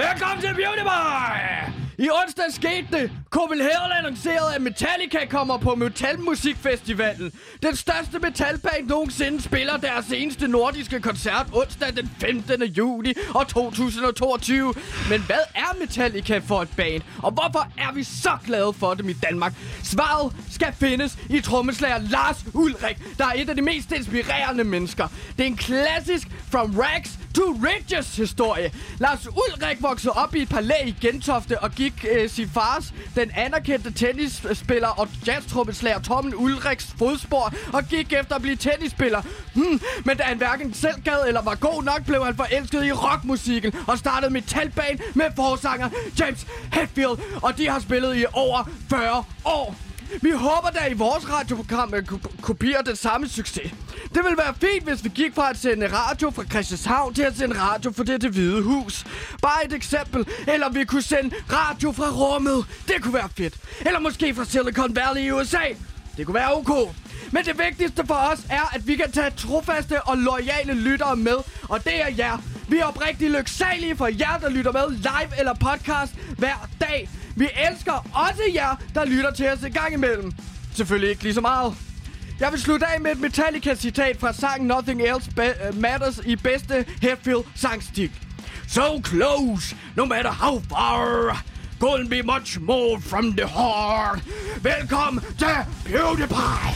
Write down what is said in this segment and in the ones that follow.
Velkommen til PewDiePie! I onsdag skete det. Copenhagen annoncerede, at Metallica kommer på Metalmusikfestivalen. Den største metalband nogensinde spiller deres eneste nordiske koncert onsdag den 15. juli 2022. Men hvad er Metallica for et band? Og hvorfor er vi så glade for dem i Danmark? Svaret skal findes i trommeslager Lars Ulrik, der er et af de mest inspirerende mennesker. Det er en klassisk From Rags to Riches historie. Lars Ulrik voksede op i et palæ i Gentofte og gik sin fars, den anerkendte tennisspiller og jazztrommeslager Tommen Ulriks fodspor, og gik efter at blive tennisspiller. Men da han hverken selv gad eller var god nok, blev han forelsket i rockmusikken og startede metalband med forsanger James Hetfield, og de har spillet i over 40 år. Vi håber da i vores radioprogram at kopiere den samme succes. Det ville være fint, hvis vi gik fra at sende radio fra Christianshavn til at sende radio fra det Hvide Hus. Bare et eksempel. Eller vi kunne sende radio fra rummet. Det kunne være fedt. Eller måske fra Silicon Valley i USA. Det kunne være ok. Men det vigtigste for os er, at vi kan tage trofaste og loyale lyttere med. Og det er jer. Vi er oprigtigt lyksalige for jer, der lytter med live eller podcast hver dag. Vi elsker også jer, der lytter til os en gang imellem. Selvfølgelig ikke lige så meget. Jeg vil slutte af med et Metallica-citat fra sangen Nothing Else Matters i bedste Hetfield-sangstil. So close, no matter how far, couldn't be much more from the heart. Velkommen til PewDiePie!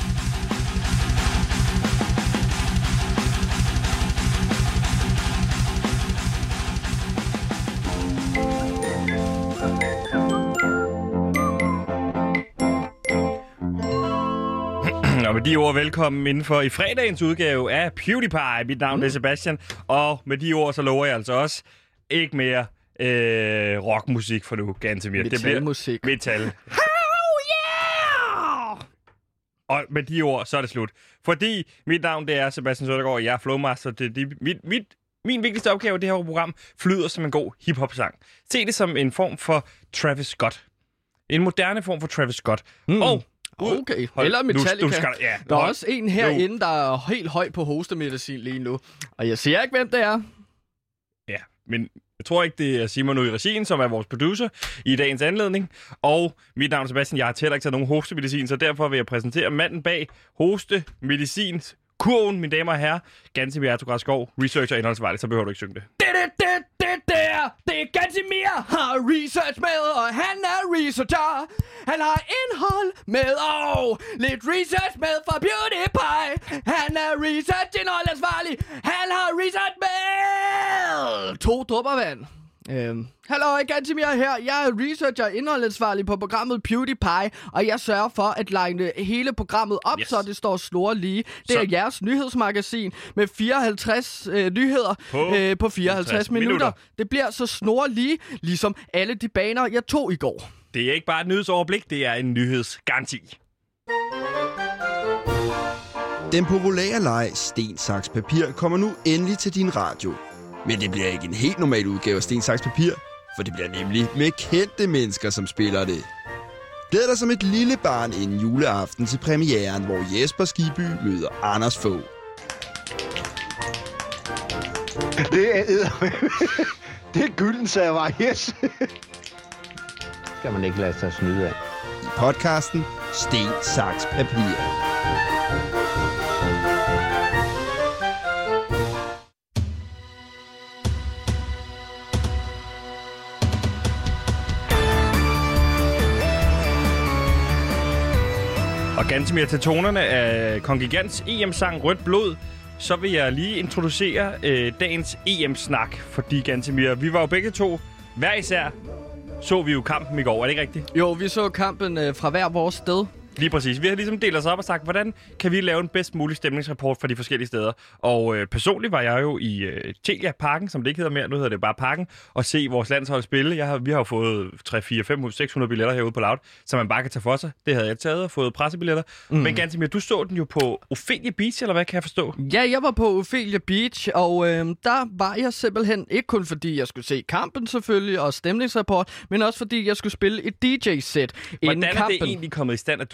Og med de ord velkommen indenfor i fredagens udgave af PewDiePie. Mit navn er Sebastian, og med de ord så lover jeg altså også ikke mere rockmusik for nu, Gantemir. Metalmusik. Metal. Oh yeah! Og med de ord så er det slut. Fordi mit navn det er Sebastian Søndergaard, og jeg er Flowmaster. Min vigtigste opgave i det her program flyder som en god hiphop-sang. Se det som en form for Travis Scott. En moderne form for Travis Scott. Og okay, eller Metallica. Der er også en herinde, der er helt høj på hostemedicin lige nu. Og jeg siger ikke, hvem det er. Ja, men jeg tror ikke, det er Simon ude i regien, som er vores producer i dagens anledning. Og mit navn er Sebastian. Jeg har heller ikke taget nogen hostemedicin, så derfor vil jeg præsentere manden bag hostemedicins kurven, mine damer og herrer. Gantemir Ertugradskov, researcher og indholdsvejlig, så behøver du ikke synge det. Det er Gantemir har research med, og han er researcher. Han har indhold med, og lidt research med fra PewDiePie. Han er research-indholdansvarlig. Han har research med 2 dråber vand. Hallo, Gantemir her. Jeg er researcher og indholdansvarlig på programmet PewDiePie, og jeg sørger for at line hele programmet op, så det står slår lige. Det er jeres nyhedsmagasin med 54 nyheder på 54 minutter. Det bliver så snorlige, ligesom alle de baner, jeg tog i går. Det er ikke bare et nyhedsoverblik, det er en nyhedsgaranti. Den populære leg Sten, Saks, Papir kommer nu endelig til din radio. Men det bliver ikke en helt normal udgave af Sten, Saks, Papir, for det bliver nemlig med kendte mennesker, som spiller det. Glæd dig som et lille barn inden juleaften til premieren, hvor Jesper Skibby møder Anders Fogh. Det er det er Gyldenserver, yes. Skal man ikke lade sig snyde af. I podcasten Sten, Saks, Papir. Og Gantemir, til tonerne af Kongigants EM-sang Rødt Blod, så vil jeg lige introducere dagens EM-snak. Fordi Gantemir, vi var jo begge to, hver især, så vi jo kampen i går. Er det ikke rigtigt? Jo, vi så kampen fra hver vores sted. Lige præcis. Vi har ligesom delt os op og sagt, hvordan kan vi lave en bedst mulig stemningsrapport for de forskellige steder. Og personligt var jeg jo i Telia Parken, som det ikke hedder mere, nu hedder det bare Parken, og se vores landshold spille. Vi har jo fået 3, 4, 500, 600 billetter herude på Loud, som man bare kan tage for sig. Det havde jeg taget og fået pressebilletter. Men Gantemir, du så den jo på Ophelia Beach, eller hvad kan jeg forstå? Ja, jeg var på Ophelia Beach, og der var jeg simpelthen ikke kun fordi jeg skulle se kampen selvfølgelig, og stemningsrapport, men også fordi jeg skulle spille et DJ-sæt inden kampen. Hvordan er det egentlig kommet i stand, at du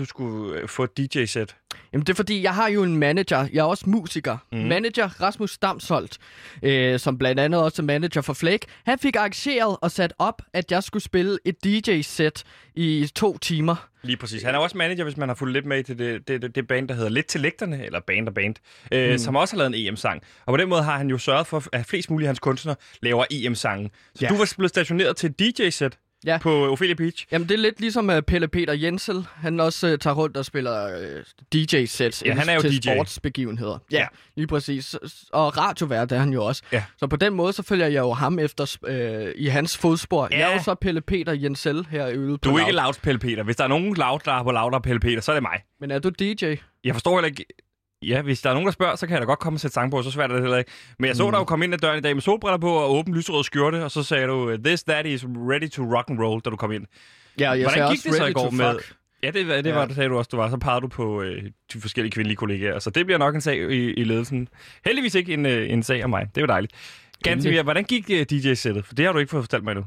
skulle få et DJ-sæt? Jamen, det er fordi, jeg har jo en manager. Jeg er også musiker. Manager Rasmus Damsholt, som blandt andet også er manager for Flake. Han fik arrangeret og sat op, at jeg skulle spille et DJ-sæt i 2 timer. Lige præcis. Han er også manager, hvis man har fulgt lidt med til det band, der hedder Lidt til Lægterne, eller Band, som også har lavet en EM-sang. Og på den måde har han jo sørget for, at flest mulige af hans kunstnere laver EM-sangen. Så du var blevet stationeret til et DJ-sæt på Ophelia Beach? Jamen, det er lidt ligesom Pelle Peter Jensel. Han også tager rundt og spiller DJ-sæts han er jo til DJ. Sportsbegivenheder. Ja, lige præcis. Og radiovært er han jo også. Ja. Så på den måde, så følger jeg jo ham efter i hans fodspor. Ja. Jeg er jo så Pelle Peter Jensel herude på Du er ikke Loud Pelle Peter. Hvis der er nogen Loud, der er på Loud og Pelle Peter, så er det mig. Men er du DJ? Jeg forstår heller ikke... Ja, hvis der er nogen, der spørger, så kan jeg da godt komme og sætte sang på, så svært er det heller ikke. Men jeg så dig jo komme ind ad døren i dag med solbriller på og åben lyserød skjorte, og så sagde du, this daddy is ready to rock and roll, da du kom ind. Ja, jeg Hvordan gik også det så ready i går to med... fuck. Ja, det var det, sagde du også, du var. Så pegede du på de forskellige kvindelige kollegaer. Så det bliver nok en sag i ledelsen. Heldigvis ikke en sag af mig. Det er jo dejligt. Gantemir, hvordan gik DJ-sættet? For det har du ikke fået fortalt mig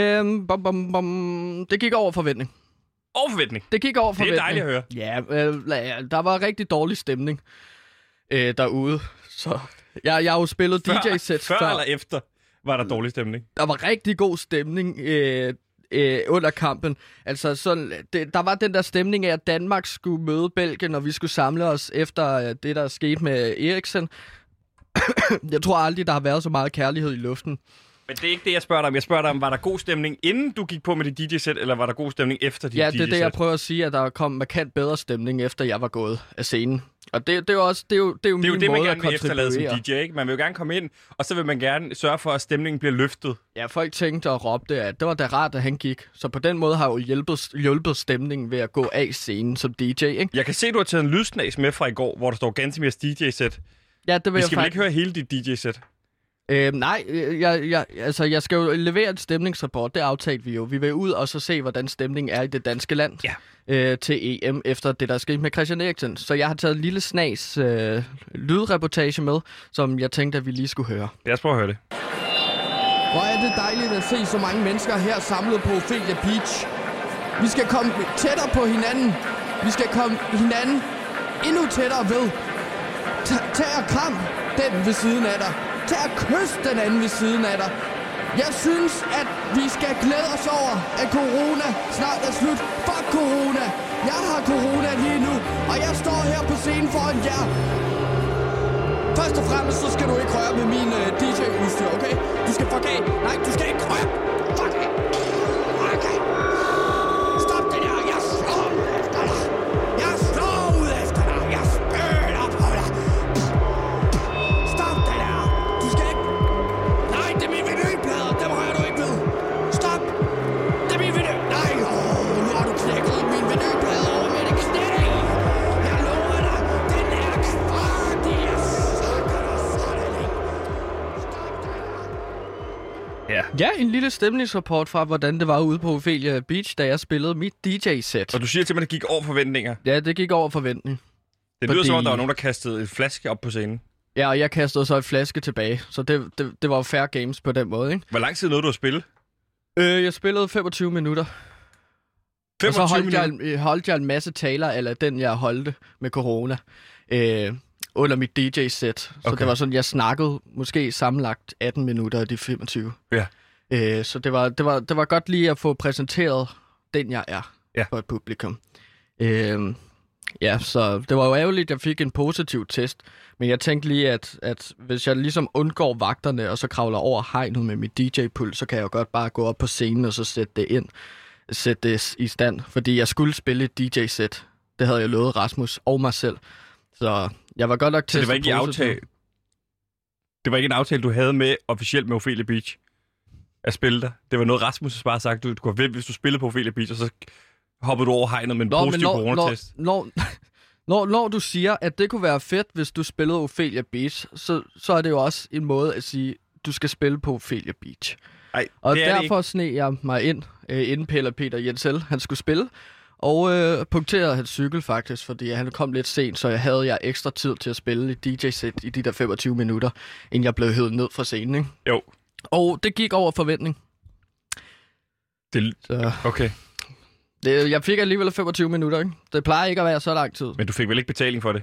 endnu. Det gik over forventning. Over forventning? Det gik over forventning. Det er dejligt at høre. Ja, der var rigtig dårlig stemning derude. Så jeg har jo spillet DJ-sæt før eller efter var der dårlig stemning? Der var rigtig god stemning under kampen. Altså, sådan, der var den der stemning af, at Danmark skulle møde Belgien, og vi skulle samle os efter det, der skete med Eriksen. Jeg tror aldrig, der har været så meget kærlighed i luften. Men det er ikke det, jeg spørger dig om. Jeg spørger dig om, var der god stemning, inden du gik på med dit DJ-sæt, eller var der god stemning efter dit DJ-sæt? Ja, det er det, jeg prøver at sige, at der kom markant bedre stemning, efter jeg var gået af scenen. Og det er jo også min måde at kontribuere. Det er jo det, man gerne vil efterlade som DJ, ikke? Man vil jo gerne komme ind, og så vil man gerne sørge for, at stemningen bliver løftet. Ja, folk tænkte og råbte, at det var da rart, at han gik. Så på den måde har jo hjulpet stemningen ved at gå af scenen som DJ, ikke? Jeg kan se, du har taget en lydsnas med fra i går, hvor der står Gantemirs DJ-sæt. Ja, det vil jeg skal ikke høre hele dit DJ-sæt? Nej, jeg skal jo levere et stemningsrapport, det aftalte vi jo. Vi vil ud og så se, hvordan stemningen er i det danske land til EM, efter det, der skete med Christian Eriksen. Så jeg har taget en lille snas lydreportage med, som jeg tænkte, at vi lige skulle høre. Lad os prøve at høre det. Hvor er det dejligt at se så mange mennesker her samlet på Ophelia Beach. Vi skal komme tættere på hinanden. Vi skal komme hinanden endnu tættere ved. Tag og kram den ved siden af dig. Tag og kys den anden ved siden af dig. Jeg synes, at vi skal glæde os over, at corona snart er slut. Fuck corona! Jeg har corona lige nu, og jeg står her på scenen foran jer. Først og fremmest, så skal du ikke røre med min DJ-udstyr, okay? Du skal fuck af. Nej, du skal ikke røre. Fuck af. Okay. Stop det der. Jeg slår ud efter dig. Jeg slår ud efter dig. Jeg spytter på dig. Stop det der. Du skal ikke... Nej, det er mine vinylplader. Dem rører du ikke ved. Stop. Det er mine vinyl... Nej, nu har du knækket mine vinylplader over med det knæ. Jeg lover dig. Den er kvartig. Jeg sukker dig sådan ikke. Stop det der. Ja, en lille stemningsrapport fra, hvordan det var ude på Ophelia Beach, da jeg spillede mit DJ-sæt. Og du siger til mig, at det gik over forventninger? Ja, det gik over forventning. Det lyder som om, der var nogen, der kastede et flaske op på scenen. Ja, og jeg kastede så et flaske tilbage. Så det var jo fair games på den måde, ikke? Hvor lang tid nåede du at spille? Jeg spillede 25 minutter. 25 og så holdt jeg en masse taler, eller den, jeg holdte med corona, under mit DJ-sæt. Så det var sådan, jeg snakkede måske sammenlagt 18 minutter af de 25. Ja. Så det var godt lige at få præsenteret den, jeg er for et publikum. Ja, så det var jo ærgerligt, at jeg fik en positiv test. Men jeg tænkte lige, at hvis jeg ligesom undgår vagterne, og så kravler over hegnet med mit DJ-pult, så kan jeg jo godt bare gå op på scenen og så sætte det i stand. Fordi jeg skulle spille et DJ-sæt. Det havde jeg lovet Rasmus og mig selv. Så jeg var godt nok til. Så det var ikke Det var ikke en aftale, du havde med officielt med Ophelia Beach at spille der? Det var noget, Rasmus bare sagt, du kunne have, hvis du spillede på Ophelia Beach, og så hoppede du over hegnet med en positiv coronatest. Når du siger, at det kunne være fedt, hvis du spillede Ophelia Beach, så er det jo også en måde at sige, du skal spille på Ophelia Beach. Ej, og derfor sneg jeg mig ind, inden Pelle Peter Jensel, han skulle spille, og punkterede hans cykel faktisk, fordi han kom lidt sent, så jeg havde ekstra tid til at spille et DJ-sæt i de der 25 minutter, inden jeg blev hævet ned fra scenen, ikke? Jo. Og det gik over forventning. Okay. Jeg fik alligevel 25 minutter, ikke? Det plejer ikke at være så lang tid. Men du fik vel ikke betaling for det?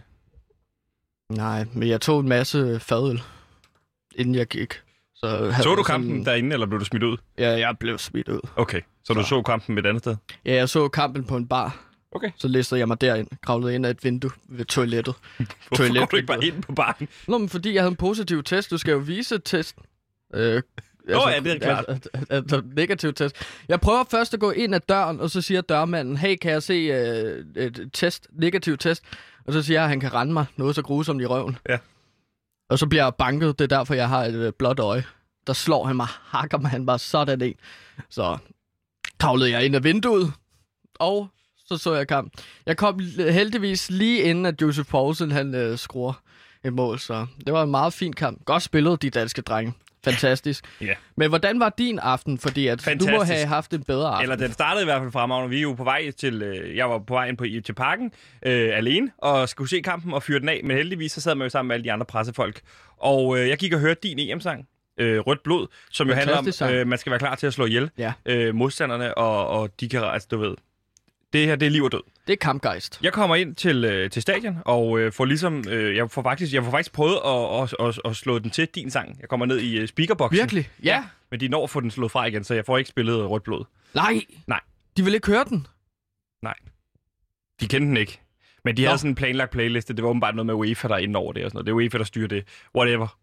Nej, men jeg tog en masse fadøl, inden jeg gik. Så du kampen derinde, eller blev du smidt ud? Ja, jeg blev smidt ud. Okay, så du så kampen et andet sted? Ja, jeg så kampen på en bar. Okay. Så listede jeg mig derind, kravlede ind af et vindue ved toilettet. Hvorfor går du ikke bare ind på baren? Nå, men fordi jeg havde en positiv test. Du skal jo vise testen. Ja, det er klart. Altså, negativ test. Jeg prøver først at gå ind ad døren, og så siger dørmanden, hey, kan jeg se et test, negativ test? Og så siger jeg, at han kan rende mig noget så grusomt i røven. Ja. Og så bliver jeg banket. Det er derfor, jeg har et blåt øje. Der slår han mig, hakker mig han bare sådan en. Så kravlede jeg ind ad vinduet, og så jeg kamp. Jeg kom heldigvis lige inden, at Josef Poulsen han skruer et mål, så det var en meget fin kamp. Godt spillet, de danske drenge. Fantastisk. Ja. Men hvordan var din aften? Fordi at du må have haft en bedre aften. Eller den startede i hvert fald fremragende. Vi er jo på vej til... jeg var på vej ind til parken alene og skulle se kampen og fyre den af. Men heldigvis så sad man jo sammen med alle de andre presseffolk. Og jeg gik og hørte din EM-sang. Rødt blod, som jo handler om, man skal være klar til at slå ihjel modstanderne, og de kan... Altså, du ved... Det her, det er liv og død. Det er kampgejst. Jeg kommer ind til stadion, og får ligesom... jeg får faktisk prøvet at slå den til din sang. Jeg kommer ned i speakerboxen. Virkelig? Ja. Men de når at få den slået fra igen, så jeg får ikke spillet Rødt blod. Nej. De vil ikke høre den? Nej. De kendte den ikke. Men de havde sådan en planlagt playliste. Det var åbenbart noget med UEFA, der er inde over det og sådan noget. Det er UEFA, der styrer det. Whatever.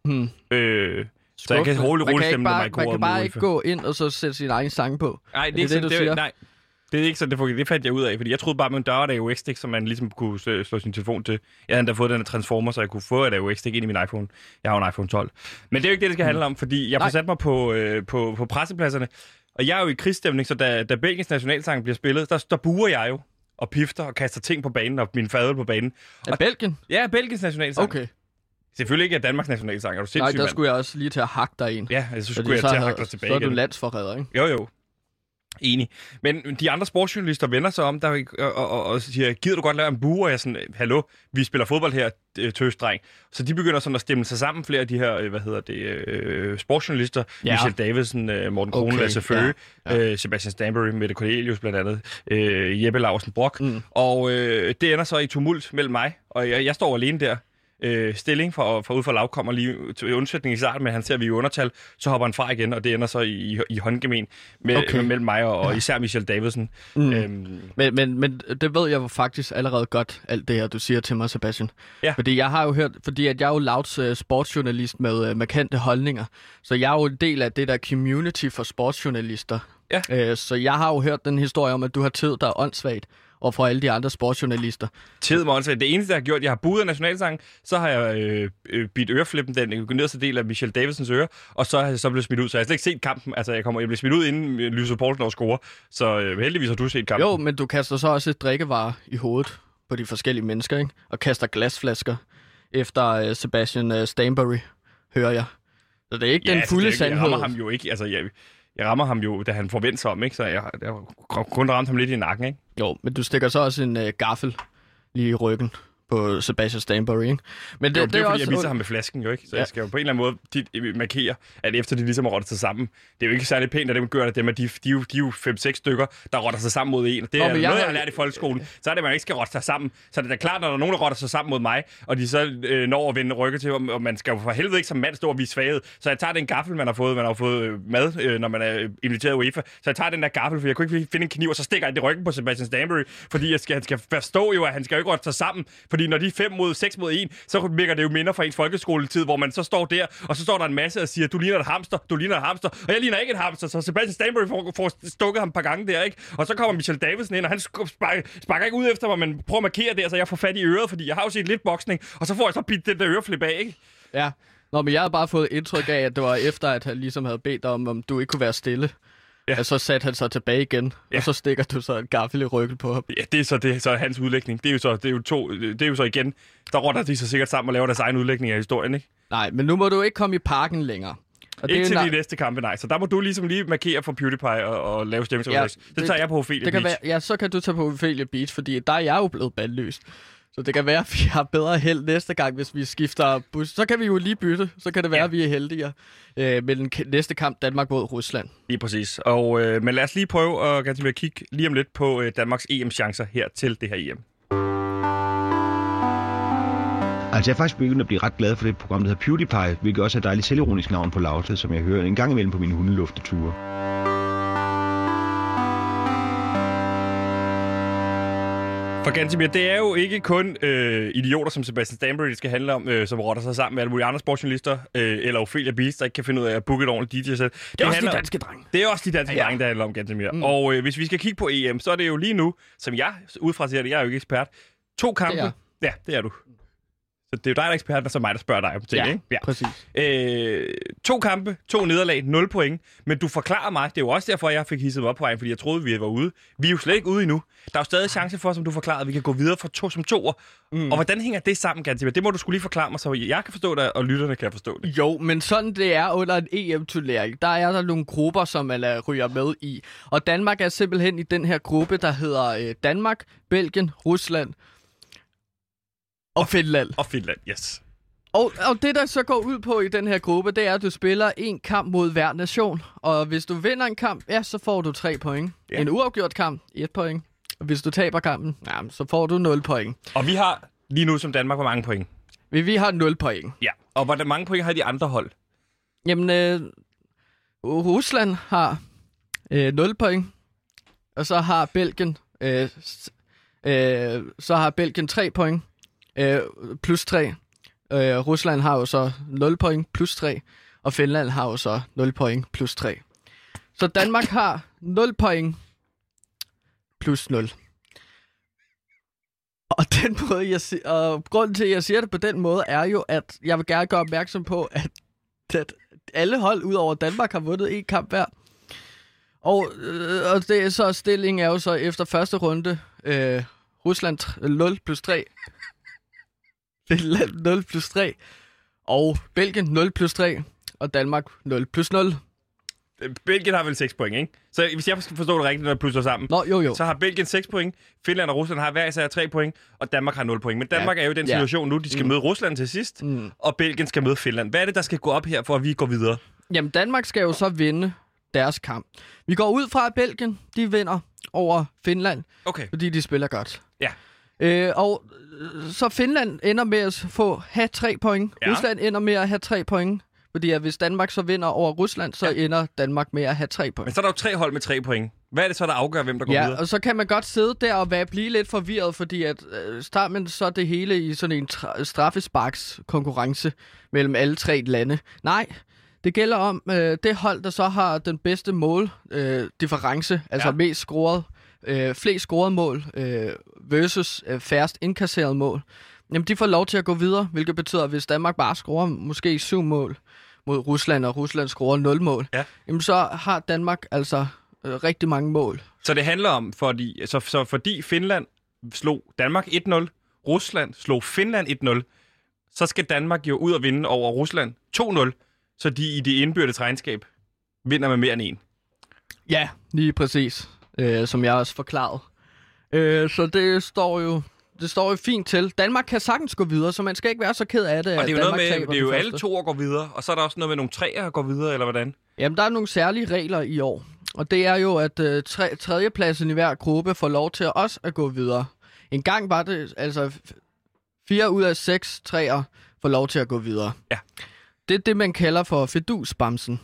Så jeg kan roligt stemme mig i koret. Man kan bare ikke gå ind og så sætte sin egen sang på. Nej, det er ikke det, du siger? Nej. Det er ikke sådan, det fungerer. Det fandt jeg ud af, fordi jeg troede bare, med en dør af AUX-stik, som man ligesom kunne slå sin telefon til. Jeg havde endda fået den her transformer, så jeg kunne få et AUX-stik ind i min iPhone. Jeg har en iPhone 12. Men det er jo ikke det skal handle om, fordi jeg får sat mig på pressepladserne. Og jeg er jo i krigsstemning, så da Belgiens nationalsang bliver spillet, der buer jeg jo og pifter og kaster ting på banen og min fadøl på banen. Belgien? Ja, Belgiens nationalsang. Okay. Selvfølgelig ikke Danmarks nationalsang. Er du sindssyg, nej, der skulle jeg også lige til at hakke dig ind. Ja, så skulle jeg til at hakke dig tilbage igen. Så er du landsforræder, ikke? Jo. Enig. Men de andre sportsjournalister vender sig om der og siger, gider du godt lave en bue? Og jeg er sådan, hallo, vi spiller fodbold her, tøsdreng. Så de begynder sådan at stemme sig sammen, flere af de her, sportsjournalister. Ja. Michel Davidsen, Morten Krohn, Lasse Føge, Sebastian Stanbury, Mette Cornelius blandt andet, Jeppe Larsen Brock. Og det ender så i tumult mellem mig, og jeg står alene der. Stilling fra ud fra Lav kommer lige til undsætning i starten, men han ser, at vi er i undertal, så hopper han fra igen, og det ender så i håndgemen mellem mig og især Michel Davidsen. Men det ved jeg faktisk allerede godt, alt det her, du siger til mig, Sebastian. Ja. Fordi jeg har jo hørt, fordi at jeg er jo Louds sportsjournalist med markante holdninger, så jeg er jo en del af det der community for sportsjournalister. Ja. Så jeg har jo hørt den historie om, at du har tid, der er åndssvagt, og fra alle de andre sportsjournalister. Det eneste, jeg har gjort, jeg har buet af nationalsangen, så har jeg bidt øreflippen, den nederste del af Michel Davidsens øre, og så har jeg så blevet smidt ud. Så jeg har slet ikke set kampen. Altså, jeg blev smidt ud, inden Lyse Poulsen over score. Så heldigvis har du set kampen. Jo, men du kaster så også et drikkevarer i hovedet på de forskellige mennesker, ikke? Og kaster glasflasker efter Sebastian Stanbury, hører jeg. Så det er ikke den fulde sandhed. Jeg rammer ham jo ikke. Altså, jeg rammer ham jo, da han forventer sig om, ikke? Så jeg har kun ramt ham lidt i nakken, ikke? Jo, men du stikker så også en gaffel lige i ryggen på Sebastian Stanbury, ikke? Men det er fordi, jeg viser ham med flasken, jo ikke? Så jeg skal jo på en eller anden måde markere, at efter de ligesom har rottet sig sammen, det er jo ikke særlig pænt, at dem gør det, dem, at de er jo 5-6 stykker, der rotter sig sammen mod en. Og det er noget, jeg har lært i folkeskolen. Så er det, at man ikke skal rotte sig sammen. Så det er da klart, når der er nogen, der rotter sig sammen mod mig, og de så når at vende ryggen til, og man skal jo for helvede ikke som mand stå og vise svaghed. Så jeg tager den gaffel, man har fået mad, når man er inviteret af UEFA. Så jeg tager den der gaffel, for jeg kunne ikke finde en kniv, og så stikker jeg det i ryggen på Sebastian Stanbury, fordi han skal forstå jo, at han skal jo ikke rotte sig sammen, fordi når de er 5 mod 6 mod 1, så virker det jo minder fra ens folkeskoletid, hvor man så står der, og så står der en masse og siger, du ligner et hamster, og jeg ligner ikke et hamster, så Sebastian Stanbury får stukket ham et par gange der, ikke? Og så kommer Michel Davidsen ind, og han sparker ikke ud efter mig, men prøver at markere der, så jeg får fat i øret, fordi jeg har jo set lidt boksning, og så får jeg så bidt den der øreflip af, ikke? Ja. Nå, men jeg havde bare fået indtryk af, at det var efter, at han ligesom havde bedt dig om du ikke kunne være stille. Ja. Og så satte han sig tilbage igen, og så stikker du så en gaffel i ryggen på ham. Ja, det er så hans udlægning. Det er jo så igen, der rotter de så sikkert sammen og laver deres egen udlægning af historien, ikke? Nej, men nu må du ikke komme i parken længere. Og ikke til de næste kampe, nej. Så der må du ligesom lige markere for PewDiePie og lave stemningsoverlæg. Det tager jeg på Ophelia Beach. Så kan du tage på Ophelia Beach, fordi der er jeg jo blevet bandløst. Så det kan være, at vi har bedre held næste gang, hvis vi skifter bus. Så kan vi jo lige bytte. Så kan det være, at vi er heldigere med den næste kamp, Danmark mod Rusland. Lige præcis. Og, men lad os lige prøve at kigge lige om lidt på Danmarks EM-chancer her til det her EM. Altså, jeg er faktisk begyndt at blive ret glad for det program, der hedder PewDiePie, hvilket også er et dejligt selvironisk navn på Lautet, som jeg hører en gang imellem på mine hundelufteture. For Gantemir, det er jo ikke kun idioter som Sebastian Stanbury, det skal handle om, som rotter sig sammen med alle mulige andre sportsjournalister, eller Ophelia Beast, der ikke kan finde ud af at booke et ordentligt DJ-sæt. Det er også de danske drenge. Det er også de danske drenge, der handler om, Gantemir. Og hvis vi skal kigge på EM, så er det jo lige nu, som jeg udefra siger det, jeg er jo ikke ekspert, 2 kampe. Det er. Ja, det er du. Så det er jo dig, der er ekspert, og så mig, der spørger dig om ting, ikke? Ja, præcis. 2 kampe, 2 nederlag, 0 point. Men du forklarer mig, det er jo også derfor, jeg fik hisset mig op på vejen, fordi jeg troede, vi var ude. Vi er jo slet ikke ude endnu. Der er jo stadig chance for, som du forklarede, at vi kan gå videre fra 2 som 2'er. Og hvordan hænger det sammen, Gantemir? Det må du skulle lige forklare mig, så jeg kan forstå det, og lytterne kan forstå det. Jo, men sådan det er under en EM-turnering. Der er der nogle grupper, som man ryger med i. Og Danmark er simpelthen i den her gruppe, der hedder Danmark, Belgien, Rusland og Finland. Og Finland, yes. Og det, der så går ud på i den her gruppe, det er, at du spiller en kamp mod hver nation. Og hvis du vinder en kamp, ja, så får du 3 point. Ja. En uafgjort kamp, 1 point. Og hvis du taber kampen, ja, så får du 0 point. Og vi har lige nu som Danmark, hvor mange point? Vi har 0 point. Ja, og hvor mange point har de andre hold? Jamen, Rusland har 0 point. Og så har Belgien, Belgien 3 point. Plus 3. Rusland har jo så 0 point plus 3, og Finland har jo så 0 point plus 3. Så Danmark har 0 point plus 0. Og den måde, og grunden til, at jeg siger det på den måde, er jo, at jeg vil gerne gøre opmærksom på, at alle hold ud over Danmark har vundet en kamp hver. Og det er så, stillingen er jo så efter første runde, Rusland 0 plus 3. Finland 0 plus 3, og Belgien 0 plus 3, og Danmark 0 plus 0. Belgien har vel 6 point, ikke? Så hvis jeg skal forstå det rigtigt, når jeg plusser sammen, jo. så har Belgien 6 point, Finland og Rusland har hver især 3 point, og Danmark har 0 point. Men Danmark er jo i den situation nu, de skal møde Rusland til sidst, og Belgien skal møde Finland. Hvad er det, der skal gå op her, for at vi går videre? Jamen, Danmark skal jo så vinde deres kamp. Vi går ud fra, at Belgien, de vinder over Finland, fordi de spiller godt. Ja. Og så Finland ender med at have 3 point. Ja. Rusland ender med at have 3 point. Fordi at hvis Danmark så vinder over Rusland, så ender Danmark med at have 3 point. Men så er der jo 3 hold med 3 point. Hvad er det så, der afgør, hvem der går videre? Ja, og så kan man godt sidde der og blive lidt forvirret, fordi at starter man så det hele i sådan en straffesparkskonkurrence mellem alle 3 lande. Nej, det gælder om det hold, der så har den bedste måldifference, altså mest scoret. Flest scorede mål versus færrest indkasseret mål. Jamen, de får lov til at gå videre, hvilket betyder, at hvis Danmark bare scorer måske 7 mål mod Rusland, og Rusland scorer 0 mål, jamen, så har Danmark altså rigtig mange mål. Så det handler om, fordi Finland slog Danmark 1-0, Rusland slog Finland 1-0, så skal Danmark jo ud og vinde over Rusland 2-0, så de i det indbyrdes regnskab vinder med mere end 1. Ja, lige præcis. Som jeg også forklarede. Så det står jo fint til. Danmark kan sagtens gå videre, så man skal ikke være så ked af det. Og det er jo noget med, det er jo alle 2 går videre, og så er der også noget med nogle 3'er går videre, eller hvordan? Jamen, der er nogle særlige regler i år. Og det er jo, at tredjepladsen i hver gruppe får lov til også at gå videre. En gang var det, altså 4 ud af 6 3'er får lov til at gå videre. Ja. Det er det, man kalder for fidusbamsen.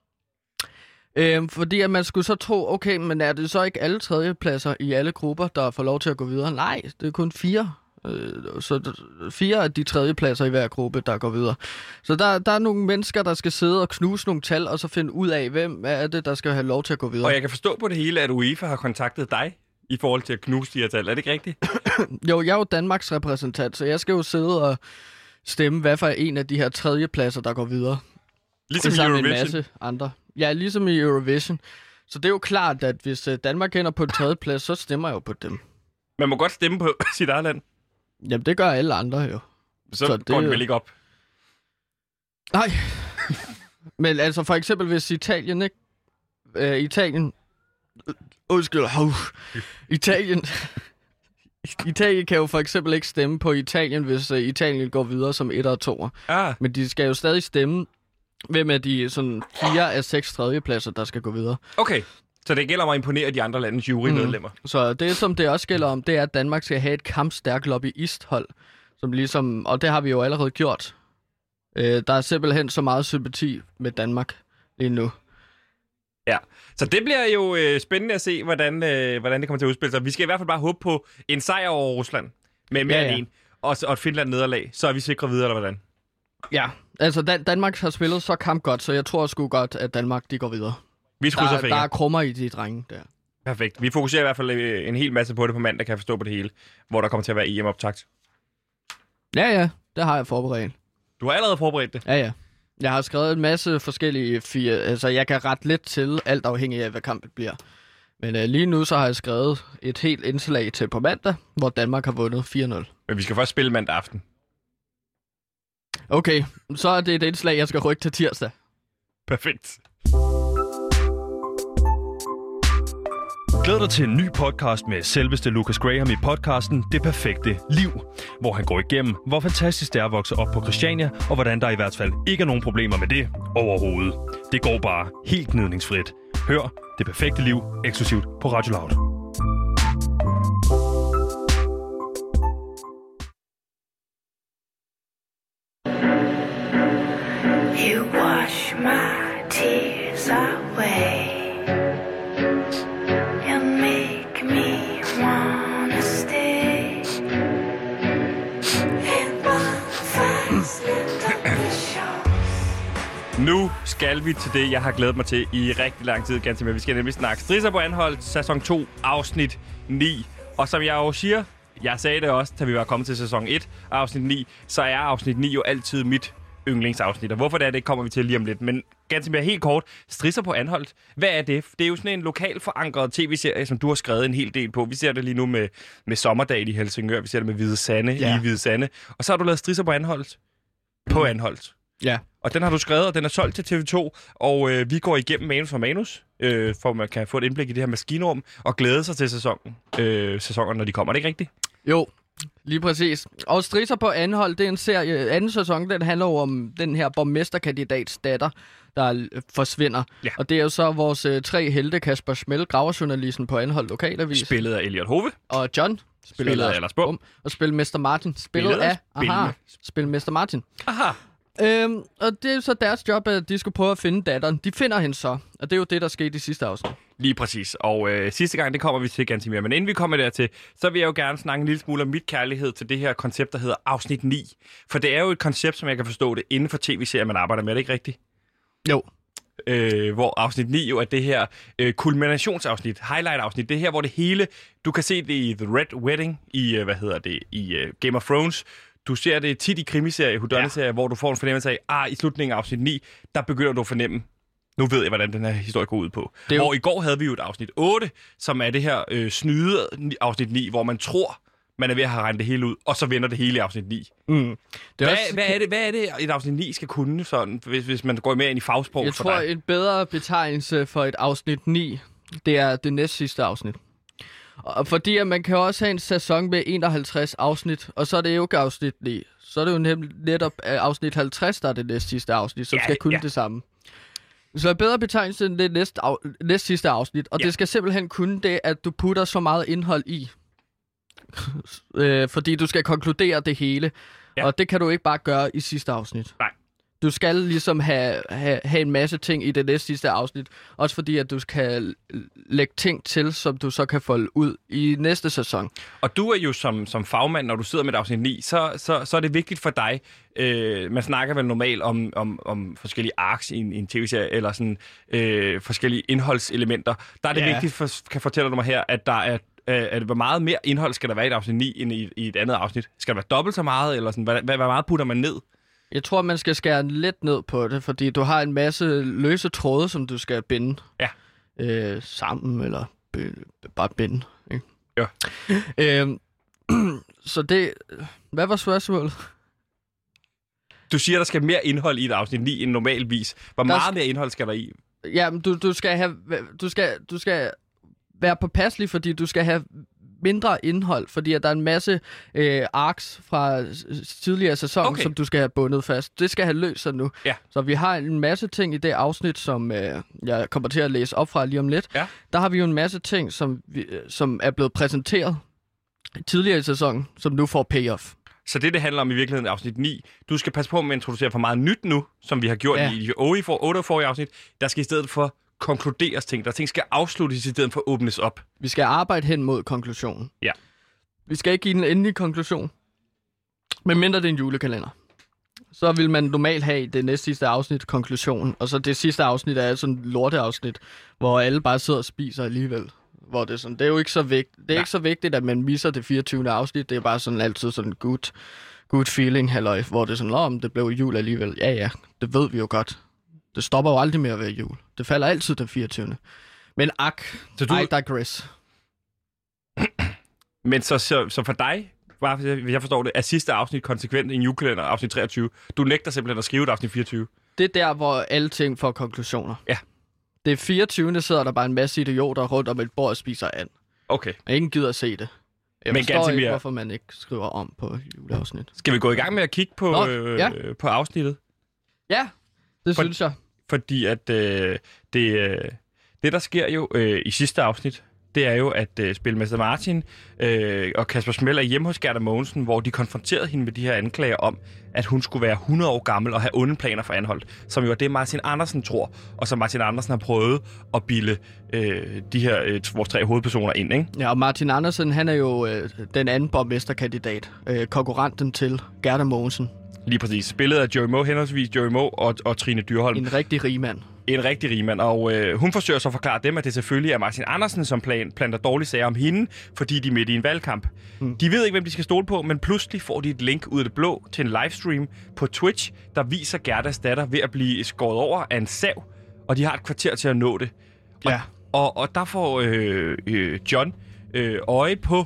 Fordi at man skulle så tro, okay, men er det så ikke alle tredjepladser i alle grupper, der får lov til at gå videre? Nej, det er kun 4. Så 4 af de tredjepladser i hver gruppe, der går videre. Så der er nogle mennesker, der skal sidde og knuse nogle tal, og så finde ud af, hvem er det, der skal have lov til at gå videre. Og jeg kan forstå på det hele, at UEFA har kontaktet dig i forhold til at knuse de her tal. Er det ikke rigtigt? Jo, jeg er jo Danmarks repræsentant, så jeg skal jo sidde og stemme, hvad for en af de her tredjepladser, der går videre. Ligesom i Eurovision? En masse andre. Ja, ligesom i Eurovision. Så det er jo klart, at hvis Danmark ender på en tredjeplads, så stemmer jeg jo på dem. Man må godt stemme på sit eget land. Jamen, det gør alle andre jo. Så går det vel ikke op? Nej. Men altså, for eksempel hvis Italien, ikke? Italien... Undskyld. Italien... Italien kan jo for eksempel ikke stemme på Italien, hvis Italien går videre som 1 og 2. Men de skal jo stadig stemme, hvem af de sådan 4 af 6 tredjepladser, der skal gå videre. Okay, så det gælder om at imponere de andre landes jurymedlemmer. Så det, som det også gælder om, det er, at Danmark skal have et kampstærkt lobbyisthold, som ligesom, og det har vi jo allerede gjort. Der er simpelthen så meget sympati med Danmark lige nu. Ja, så det bliver jo spændende at se, hvordan det kommer til at udspille sig. Vi skal i hvert fald bare håbe på en sejr over Rusland med mere end en, og et Finland nederlag, så er vi sikre videre, eller hvordan? Ja, altså Danmark har spillet så kampgodt, så jeg tror sgu godt, at Danmark de går videre. Vi krydser fingre. Der er krummer i de drenge der. Perfekt. Vi fokuserer i hvert fald en hel masse på det på mandag, kan jeg forstå på det hele, hvor der kommer til at være EM-optakt. Ja, det har jeg forberedt. Du har allerede forberedt det? Ja. Jeg har skrevet en masse forskellige altså jeg kan rette lidt til, alt afhængig af, hvad kampen bliver. Men lige nu så har jeg skrevet et helt indslag til på mandag, hvor Danmark har vundet 4-0. Men vi skal først spille mandag aften. Okay, så er det et indslag, jeg skal rykke til tirsdag. Perfekt. Glæd dig til en ny podcast med selveste Lucas Graham i podcasten Det Perfekte Liv, hvor han går igennem, hvor fantastisk det er at vokse op på Christiania, og hvordan der i hvert fald ikke er nogen problemer med det overhovedet. Det går bare helt gnidningsfrit. Hør Det Perfekte Liv eksklusivt på Radio Loud. You wash my tears away. Nu skal vi til det, jeg har glædet mig til i rigtig lang tid, ganske med. Vi skal nemlig snakke Strisser på Anholt, sæson 2, afsnit 9. Og som jeg jo siger, jeg sagde det også, da vi var kommet til sæson 1, afsnit 9, så er afsnit 9 jo altid mit yndlingsafsnit. Og hvorfor det kommer vi til lige om lidt. Men ganske mere helt kort, Strisser på Anholt, hvad er det? Det er jo sådan en lokal forankret tv-serie, som du har skrevet en hel del på. Vi ser det lige nu med Sommerdag i Helsingør, vi ser det med Hvide Sande i Hvide Sande. Og så har du lavet Strisser på Anholt. På Anholt. Ja. Og den har du skrevet, og den er solgt til TV2, og vi går igennem manus for manus, for man kan få et indblik i det her maskinrum, og glæde sig til sæsonen, når de kommer. Er det ikke rigtigt? Jo, lige præcis. Og Strisser på Anholt, det er en serie. Anden sæson, den handler om den her borgmesterkandidats datter, der forsvinder. Ja. Og det er jo så vores 3 helte, Kasper Schmel, graverjournalisten på Anholt Lokalavis. Spillet af Elliot Hove. Og John. Spillet af Lars Bum. Og Spilmester Martin. Spilmester Martin. Aha. Og det er så deres job, at de skulle prøve at finde datteren. De finder hende så, og det er jo det, der skete i sidste afsnit. Lige præcis. Og sidste gang, det kommer vi til ganske mere. Men inden vi kommer dertil, så vil jeg jo gerne snakke en lille smule om mit kærlighed til det her koncept, der hedder afsnit 9. For det er jo et koncept, som jeg kan forstå det inden for tv-serier, man arbejder med. Er det ikke rigtigt? Jo. Hvor afsnit 9 jo er det her kulminationsafsnit, highlight-afsnit. Det her, hvor det hele, du kan se det i The Red Wedding, i Game of Thrones. Du ser det tit i krimiserier, hudonneserier, hvor du får en fornemmelse af, i slutningen af afsnit 9, der begynder du at fornemme, nu ved jeg, hvordan den her historie går ud på. Hvor i går havde vi jo et afsnit 8, som er det her snyde afsnit 9, hvor man tror, man er ved at have regnet det hele ud, og så vender det hele i afsnit 9. Mm. Hvad er det, et afsnit 9 skal kunne, sådan, hvis man går mere ind i fagsprog for dig? Jeg tror, en bedre betegnelse for et afsnit 9, det er det næst sidste afsnit. Og fordi at man kan også have en sæson med 51 afsnit, og så er det jo ikke afsnit 9. Så er det jo netop afsnit 50, der er det næst sidste afsnit, som skal kunne det samme. Så en bedre betegnelse end det næst sidste afsnit, og det skal simpelthen kunne det, at du putter så meget indhold i. Fordi du skal konkludere det hele, og det kan du ikke bare gøre i sidste afsnit. Nej. Du skal ligesom have en masse ting i det næste sidste afsnit. Også fordi, at du skal lægge ting til, som du så kan folde ud i næste sæson. Og du er jo som fagmand, når du sidder med et afsnit 9, så er det vigtigt for dig. Man snakker vel normalt om forskellige arcs i en tv-serie, eller sådan forskellige indholdselementer. Der er det vigtigt, kan fortælle mig her, at der er hvor meget mere indhold skal der være i et afsnit 9, end i et andet afsnit? Skal der være dobbelt så meget, eller sådan? Hvad meget putter man ned? Jeg tror, man skal skære lidt ned på det, fordi du har en masse løse tråde, som du skal binde sammen, eller bare binde. Ikke? Ja. Så det... Hvad var spørgsmålet? Du siger, der skal mere indhold i et afsnit 9 end normalvis. Hvor meget mere indhold skal der i? Ja, men du skal være påpasselig, fordi du skal have mindre indhold, fordi at der er en masse arcs fra tidligere sæson, som du skal have bundet fast. Det skal have løst sig nu. Ja. Så vi har en masse ting i det afsnit, som jeg kommer til at læse op fra lige om lidt. Ja. Der har vi jo en masse ting, som er blevet præsenteret tidligere i sæsonen, som nu får payoff. Så det handler om i virkeligheden afsnit 9. Du skal passe på med at introducere for meget nyt nu, som vi har gjort i de 8 forrige afsnit. Der skal i stedet for konkluderes ting. Der ting skal afsluttes i stedet for åbnes op. Vi skal arbejde hen mod konklusionen. Ja. Vi skal ikke give den endelige konklusion, men mindre det er en julekalender. Så vil man normalt have det næste sidste afsnit konklusion, og så det sidste afsnit er sådan et lorteafsnit, hvor alle bare sidder og spiser alligevel. Hvor det er sådan, det er jo ikke så vigtigt. Det er ikke så vigtigt, at man misser det 24. afsnit. Det er bare sådan altid sådan good feeling, halløj, hvor det er sådan, om det blev jul alligevel. Ja, det ved vi jo godt. Det stopper jo aldrig med at være jul. Det falder altid den 24. Men I digress. Men så for dig, bare hvis jeg forstår det, er sidste afsnit konsekvent i en julekalender, afsnit 23. Du nægter simpelthen at skrive et afsnit 24. Det er der, hvor alle ting får konklusioner. Ja. Det er 24. sidder der bare en masse idioter rundt om et bord og spiser and. Okay. Og ingen gider at se det. Jeg Men forstår ikke, hvorfor man ikke skriver om på juleafsnit. Skal vi gå i gang med at kigge på, på afsnittet? Ja, det synes jeg. Fordi at det, der sker jo i sidste afsnit, det er jo, at Spilmester Martin og Kasper Smell er hjemme hos Gerda Mogensen, hvor de konfronterede hende med de her anklager om, at hun skulle være 100 år gammel og have onde planer for Anholt, som jo er det, Martin Andersen tror, og som Martin Andersen har prøvet at bilde de her vores 3 hovedpersoner ind, ikke? Ja, og Martin Andersen, han er jo den anden borgmesterkandidat, konkurrenten til Gerda Mogensen. Lige præcis. Spillet af Joey Moe, henholdsvis Joey Moe og Trine Dyrholm. En rigtig rig mand. En rigtig rig mand, og hun forsøger så at forklare dem, at det selvfølgelig er Martin Andersen, som planter dårlige sager om hende, fordi de er midt i en valgkamp. De ved ikke, hvem de skal stole på, men pludselig får de et link ud af det blå til en livestream på Twitch, der viser Gerdas datter ved at blive skåret over af en sav, og de har et kvarter til at nå det. Ja. Og der får John øje på,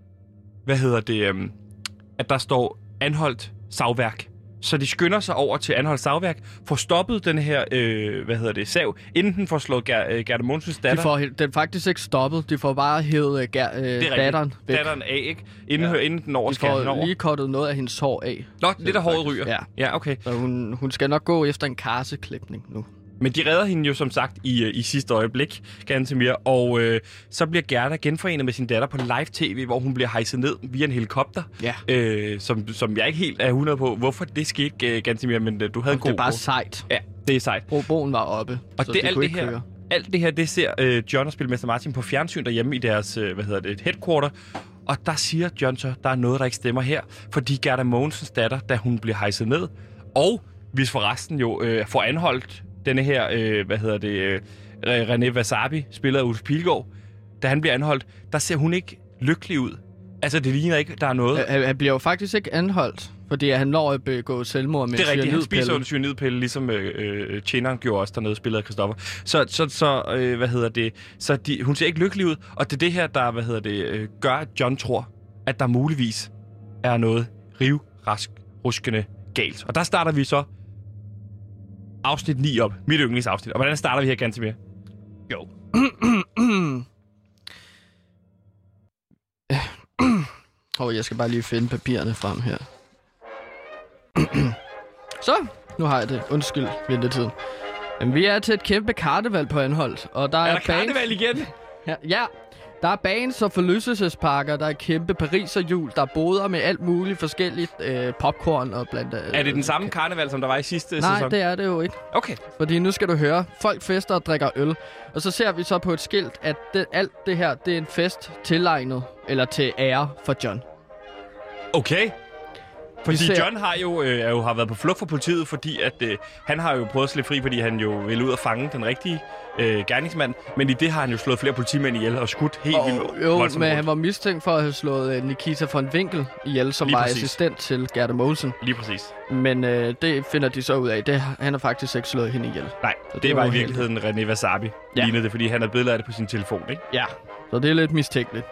at der står Anholt savværk. Så de skynder sig over til Anholt savværk, får stoppet den her, sav, inden den får slået Gerda Mogensens datter. Den faktisk ikke stoppet, de får bare hævet datteren væk. Datteren af, ikke? Inden den over skal den over. De får lige kottet noget af hendes hår af. Nå, lidt af håret ryger. Ja, okay. Så hun skal nok gå efter en karseklipning nu. Men de redder hende jo som sagt i sidste øjeblik, ganske mere. Og så bliver Gerda genforenet med sin datter på live-tv, hvor hun bliver hejset ned via en helikopter. Ja. Som jeg ikke helt er 100 på, hvorfor det skete, ganske mere, men du havde en god... Det er bare sejt. Ja, det er sejt. Broen var oppe, og så det, det kunne ikke køre. Alt det her, det ser John og Spilmester Martin på fjernsyn derhjemme i deres, headquarter. Og der siger John så, der er noget, der ikke stemmer her. Fordi Gerda Mogensens datter, da hun bliver hejset ned, og hvis forresten jo får anholdt denne her, René Wasabi, spiller af Ulf Pilgaard, da han bliver anholdt, der ser hun ikke lykkelig ud. Altså, det ligner ikke, der er noget. Han bliver jo faktisk ikke anholdt, fordi han når at begå selvmord med en cyanidpille. Det er rigtigt, han spiser en cyanidpille, ligesom tjeneren gjorde også dernede, spillet af Christoffer. Hun ser ikke lykkelig ud, og det er det her, der, gør, at John tror, at der muligvis er noget ruskende galt. Og der starter vi så afsnit 9 op. Mit yndlingsafsnit. Og hvordan starter vi her, Gantemir? Jo. Jeg skal bare lige finde papirerne frem her. Så, nu har jeg det. Undskyld ventetiden. Men vi er til et kæmpe karneval på Anholt. Og der er karneval igen? Ja. Der er bands og forlystelsesparker, der er kæmpe pariserhjul, der er boder med alt muligt forskelligt popcorn og blandt andet. Er det den samme karneval, som der var i sidste sæson? Nej, det er det jo ikke. Okay. Fordi nu skal du høre, folk fester og drikker øl. Og så ser vi så på et skilt, at alt det her, det er en fest tilegnet, eller til ære for John. Okay. Fordi John har jo har været på flugt fra politiet, fordi at han har jo prøvet at slippe fri, fordi han jo ville ud og fange den rigtige gerningsmand. Men i det har han jo slået flere politimænd ihjel og skudt helt vildt. Jo, men han var mistænkt for at have slået Nikita von Winkel ihjel, som var assistent til Gerda Mogensen. Lige præcis. Men det finder de så ud af. Han har faktisk ikke slået hende ihjel. Nej, det var i virkeligheden René Wasabi. Ja. Lignede det, fordi han havde billeder af det på sin telefon, ikke? Ja, så det er lidt mistænkeligt.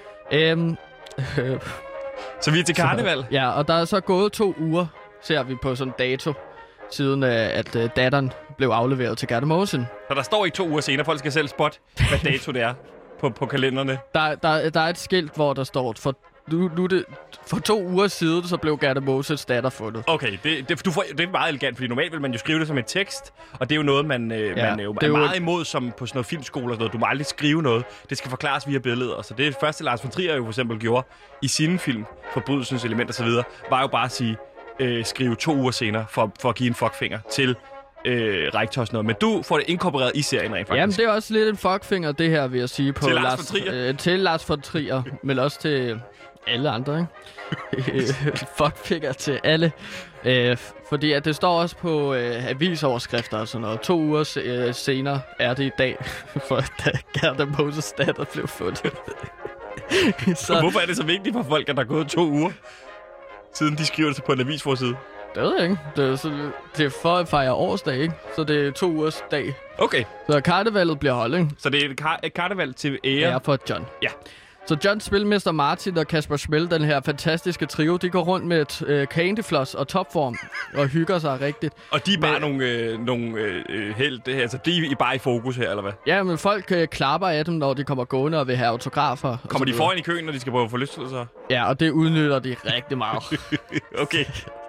Så vi er til karneval? Ja, og der er så gået 2 uger, ser vi på sådan en dato, siden at datteren blev afleveret til Gerda Mogensen. Så der står ikke 2 uger senere, folk skal selv spotte, hvad dato det er. på kalenderne. Der er et skilt, hvor der står, for 2 uger siden, så blev Gerda Moses datter fundet. Okay, det er meget elegant, fordi normalt vil man jo skrive det som en tekst, og det er jo noget, man er meget imod som på sådan noget filmskole og sådan noget. Du må aldrig skrive noget. Det skal forklares via billeder. Så det første, Lars von Trier jo for eksempel gjorde i sine film, Forbrydelsens element og så videre, var jo bare at sige, skrive 2 uger senere, for at give en fuckfinger til rektor og sådan noget. Men du får det inkorporeret i serien rent faktisk. Jamen, det er også lidt en fuckfinger, det her, vil jeg sige. På til Lars von Trier. Til Lars von Trier, men også til alle andre, ikke? Fuckfinger til alle. Fordi at det står også på avisoverskrifter og sådan noget. 2 uger senere er det i dag, for at Gerda Moses datter blev fundet. Så hvorfor er det så vigtigt for folk, at der er gået 2 uger, siden de skriver det på en avisforside? Det ved jeg ikke. Det er for at fejre årsdag, ikke? Så det er 2 ugers dag. Okay. Så karnevalet bliver holdt, ikke? Så det er et karneval til ære? Ja, for John. Ja. Så John, spilmester Martin og Kasper Schmel, den her fantastiske trio, de går rundt med et candyfloss og topform og hygger sig rigtigt. Og de er bare nogle helte her, altså de er bare i fokus her, eller hvad? Ja, men folk klapper af dem, når de kommer gående og vil have autografer. Kommer de foran i køen, når de skal prøve at få lyst til sig? Ja, og det udnytter de rigtig meget. Okay.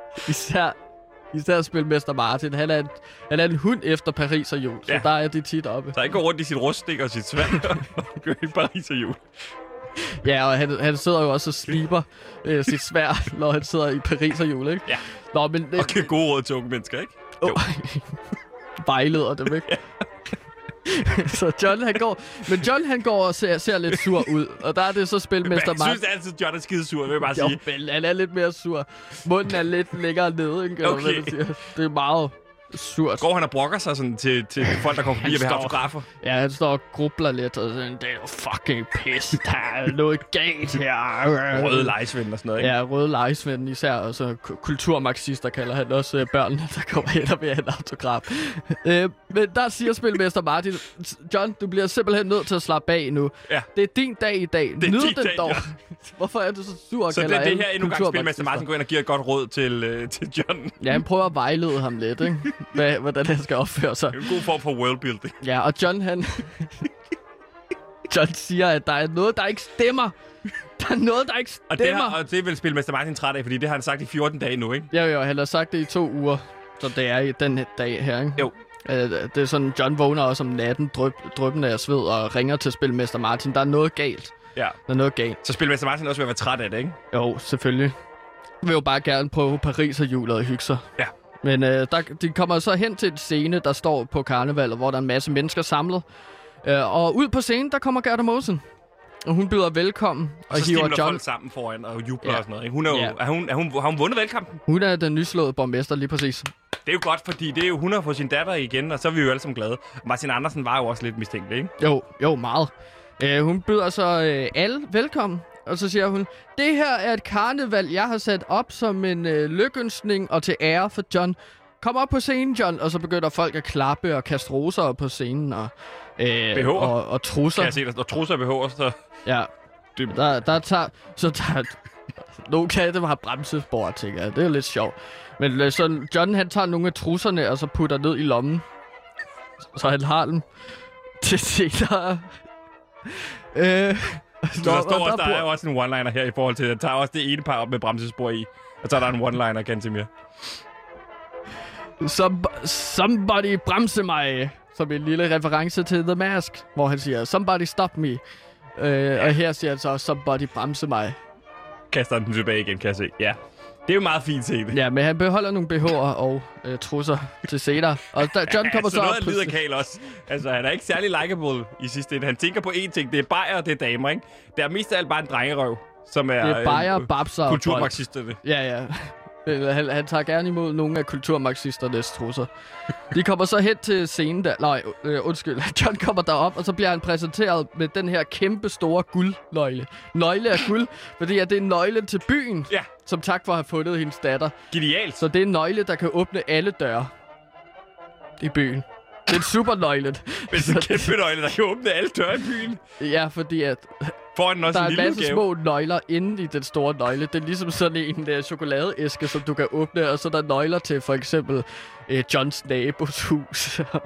Især spilmester Martin. Han er en hund efter Paris og jul, så der er de tit oppe. Så han går rundt i sit ruststik og sit sværd og gør i Paris og jul. Ja, og han sidder jo også og sliber sit sværd, når han sidder i Paris og jul, ikke? Ja. Nå, men, og giver gode råd til unge mennesker, ikke? Jo. Vejleder dem, ikke? Så John han går og ser lidt sur ud. Og der er det så spilmester Martin. Jeg synes altid, John er skide sur, vil jeg bare sige. Jo, han er lidt mere sur. Munden er lidt længere nede, ikke? Okay. Det er meget surt. Går han og brokker sig sådan til folk, der kommer forbi og vil have autografer? Ja, han står og grubler lidt, og sådan, det er jo fucking pis, der er noget galt her. Røde lejesvend og sådan noget, ikke? Ja, røde lejesvend især, og så kulturmarxister kalder han også børnene, der kommer hen og vil have en autograf. Men der siger spilmester Martin, John, du bliver simpelthen nødt til at slappe af nu. Ja. Det er din dag i dag. Nyd den dog. Ja. Hvorfor er du så sur og kalder det her endnu gang spilmester Martin går ind og giver et godt råd til John. Ja, han prøver at vejlede ham lidt, ikke? Hvordan han skal opføre sig. Det er en god form for worldbuilding. Ja, og John siger, at der er noget, der ikke stemmer. Der er noget, der ikke stemmer. Og det vil spilmester Martin træt af, fordi det har han sagt i 14 dage nu, ikke? Jo, han har sagt det i 2 uger. Så det er i den dag her, ikke? Jo. Det er sådan, John vågner også om natten, dryppende af sved, og ringer til spilmester Martin. Der er noget galt. Ja. Der er noget galt. Så spilmester Martin også vil være træt af det, ikke? Jo, selvfølgelig. Jeg vil jo bare gerne prøve Paris og julet og hygge sig. Ja. Men de kommer så hen til en scene, der står på karnevalet, hvor der er en masse mennesker samlet. Og ud på scenen, der kommer Gerda Mosen. Og hun byder velkommen. Og så hiver stimler John folk sammen foran og jubler og sådan noget. Ikke? Har hun vundet valgkampen? Hun er den nyslåede borgmester, lige præcis. Det er jo godt, fordi det er jo, hun har fået sin datter igen, og så er vi jo alle sammen glade. Martin Andersen var jo også lidt mistænkelig, ikke? Jo, meget. Hun byder så alle velkommen. Og så siger hun, det her er et karneval, jeg har sat op som en lykønskning og til ære for John. Kom op på scenen, John. Og så begynder folk at klappe og kaste roser op på scenen. Og trusser. Kan jeg se, der står trusser og BH'er, så... Ja. Der tager... Nogle af dem har bremsespor, tænker jeg. Det er jo lidt sjovt. Men sådan, John, han tager nogle af trusserne, og så putter ned i lommen. Så han har dem til senere. Der er jo også en one-liner her i forhold til, at tager også det ene par op med bremsespor i. Og så er der en one-liner, Gantemir. Somebody bremse mig. Som en lille reference til The Mask, hvor han siger, somebody stop me. Og her siger han så, somebody bremse mig. Kaster den tilbage igen, kan jeg se. Ja. Det er jo meget fint set. Ja, men han beholder nogle BH'er og trusser til senere. Og John kommer så op på... noget liderkal også. Altså, han er ikke særlig likeable i sidste ende. Han tænker på én ting. Det er bajer og det er damer, ikke? Det er mest af alt bare en drengerøv, som er... Det er bajer, babser og kulturmarxisterne. Ja. Han tager gerne imod nogle af kulturmarxisternes trusser. De kommer så hen til scenen der. Undskyld. John kommer derop, og så bliver han præsenteret med den her kæmpe store guldnøgle. Nøgle af guld, fordi det er nøglen til byen, som tak for at have fundet hendes datter. Genialt. Så det er en nøgle, der kan åbne alle døre i byen. Det er en supernøgle. Det er en kæmpe nøgle, der kan åbne alle døre i byen. Ja, fordi at... der er en masse små nøgler inde i den store nøgle. Det er ligesom sådan en chokoladeæske, som du kan åbne, og så er der nøgler til for eksempel Johns nabos hus.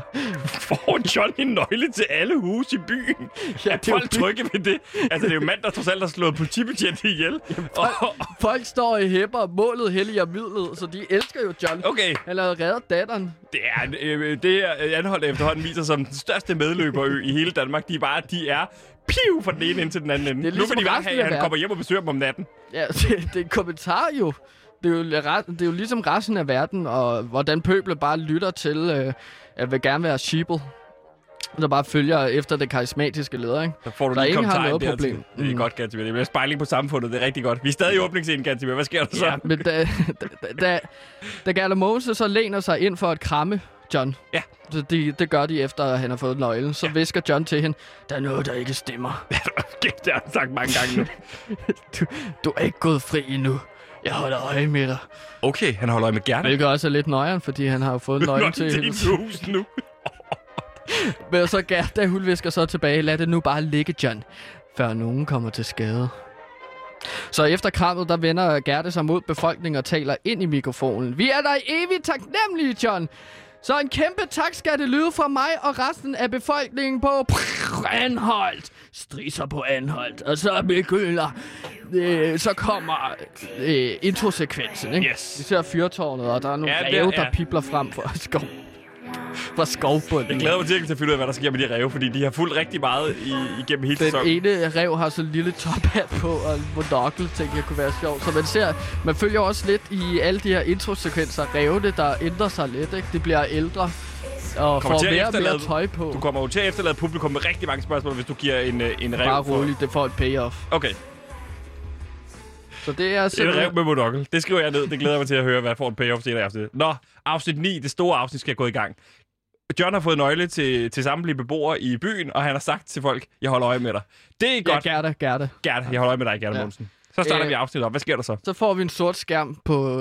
Får John en nøgle til alle huse i byen? Ja, Er folk trygge ved det? Altså, det er jo mand, der trods alt har slået politibetjente ihjel. Folk står i hæpper, målet helliger midlet, så de elsker jo John. Okay. Han har reddet datteren. Det er anholdt efterhånden viser som den største medløberø i hele Danmark. De er piv fra den ene ind til den anden ende. Det er ligesom Nu vil de bare resten have, af at han verden. kommer hjem og besøger dem om natten. Ja, det er en kommentar jo. Det er jo ligesom resten af verden, og hvordan pøblet bare lytter til, at vil gerne være sheeple. Der bare følger efter det karismatiske leder, ikke? Så får du Der lige ingen har kommentaren noget der problem. til. Det er godt, Gantemir. Det bliver spejling på samfundet. Det er rigtig godt. Vi er stadig i åbningsscenen, Gantemir. Hvad sker der så? Ja, men da Gerda Mogensen så læner sig ind for at kramme John. Ja. Så det gør de efter, at han har fået nøglen. Så visker John til hende, der er noget, der ikke stemmer. Det har han sagt mange gange nu. Du er ikke gået fri endnu. Jeg holder øje med dig. Okay, han holder øje med Gerda. Hvilket også er lidt nøjeren, fordi han har jo fået nøglen til hende. hendes hus nu. Men så Gerda, hun visker så tilbage. Lad det nu bare ligge, John, før nogen kommer til skade. Så efter krammet, der vender Gerda sig mod befolkningen og taler ind i mikrofonen. Vi er dig evigt taknemmelige, John. Så en kæmpe tak skal det lyde fra mig og resten af befolkningen på Anholt. Strisser på Anholt. Og så begynder... så kommer introsekvensen, ikke? Yes. Vi ser fyrtårnet, og der er nogle ræve, der pipler frem fra skovbunden. Jeg glæder mig til at finde ud af, hvad der sker med de ræve, fordi de har fulgt rigtig meget igennem hele Den sæsonen. ene ræv har sådan en lille tophat på, og en monokkel, tænker jeg kunne være sjovt. Så man følger også lidt i alle de her introsekvenser rævene, der ændrer sig lidt, ikke? De bliver ældre og får mere og mere tøj på. Du kommer jo til at efterlade publikum med rigtig mange spørgsmål, hvis du giver en ræv. Bare roligt, det får et payoff. Okay. Så det er En ræv med monokkel. Det skriver jeg ned. Det glæder jeg mig til at høre, hvad jeg får en payoff til i afsnit. Nå, afsnit 9, det store afsnit, skal gå i gang. John har fået nøgle til samtlige beboere i byen, og han har sagt til folk, jeg holder øje med dig. Det er godt. Ja, Gerda. Gerda, jeg holder øje med dig, Gerda Mogensen. Så starter vi afsnit op. Hvad sker der så? Så får vi en sort skærm på...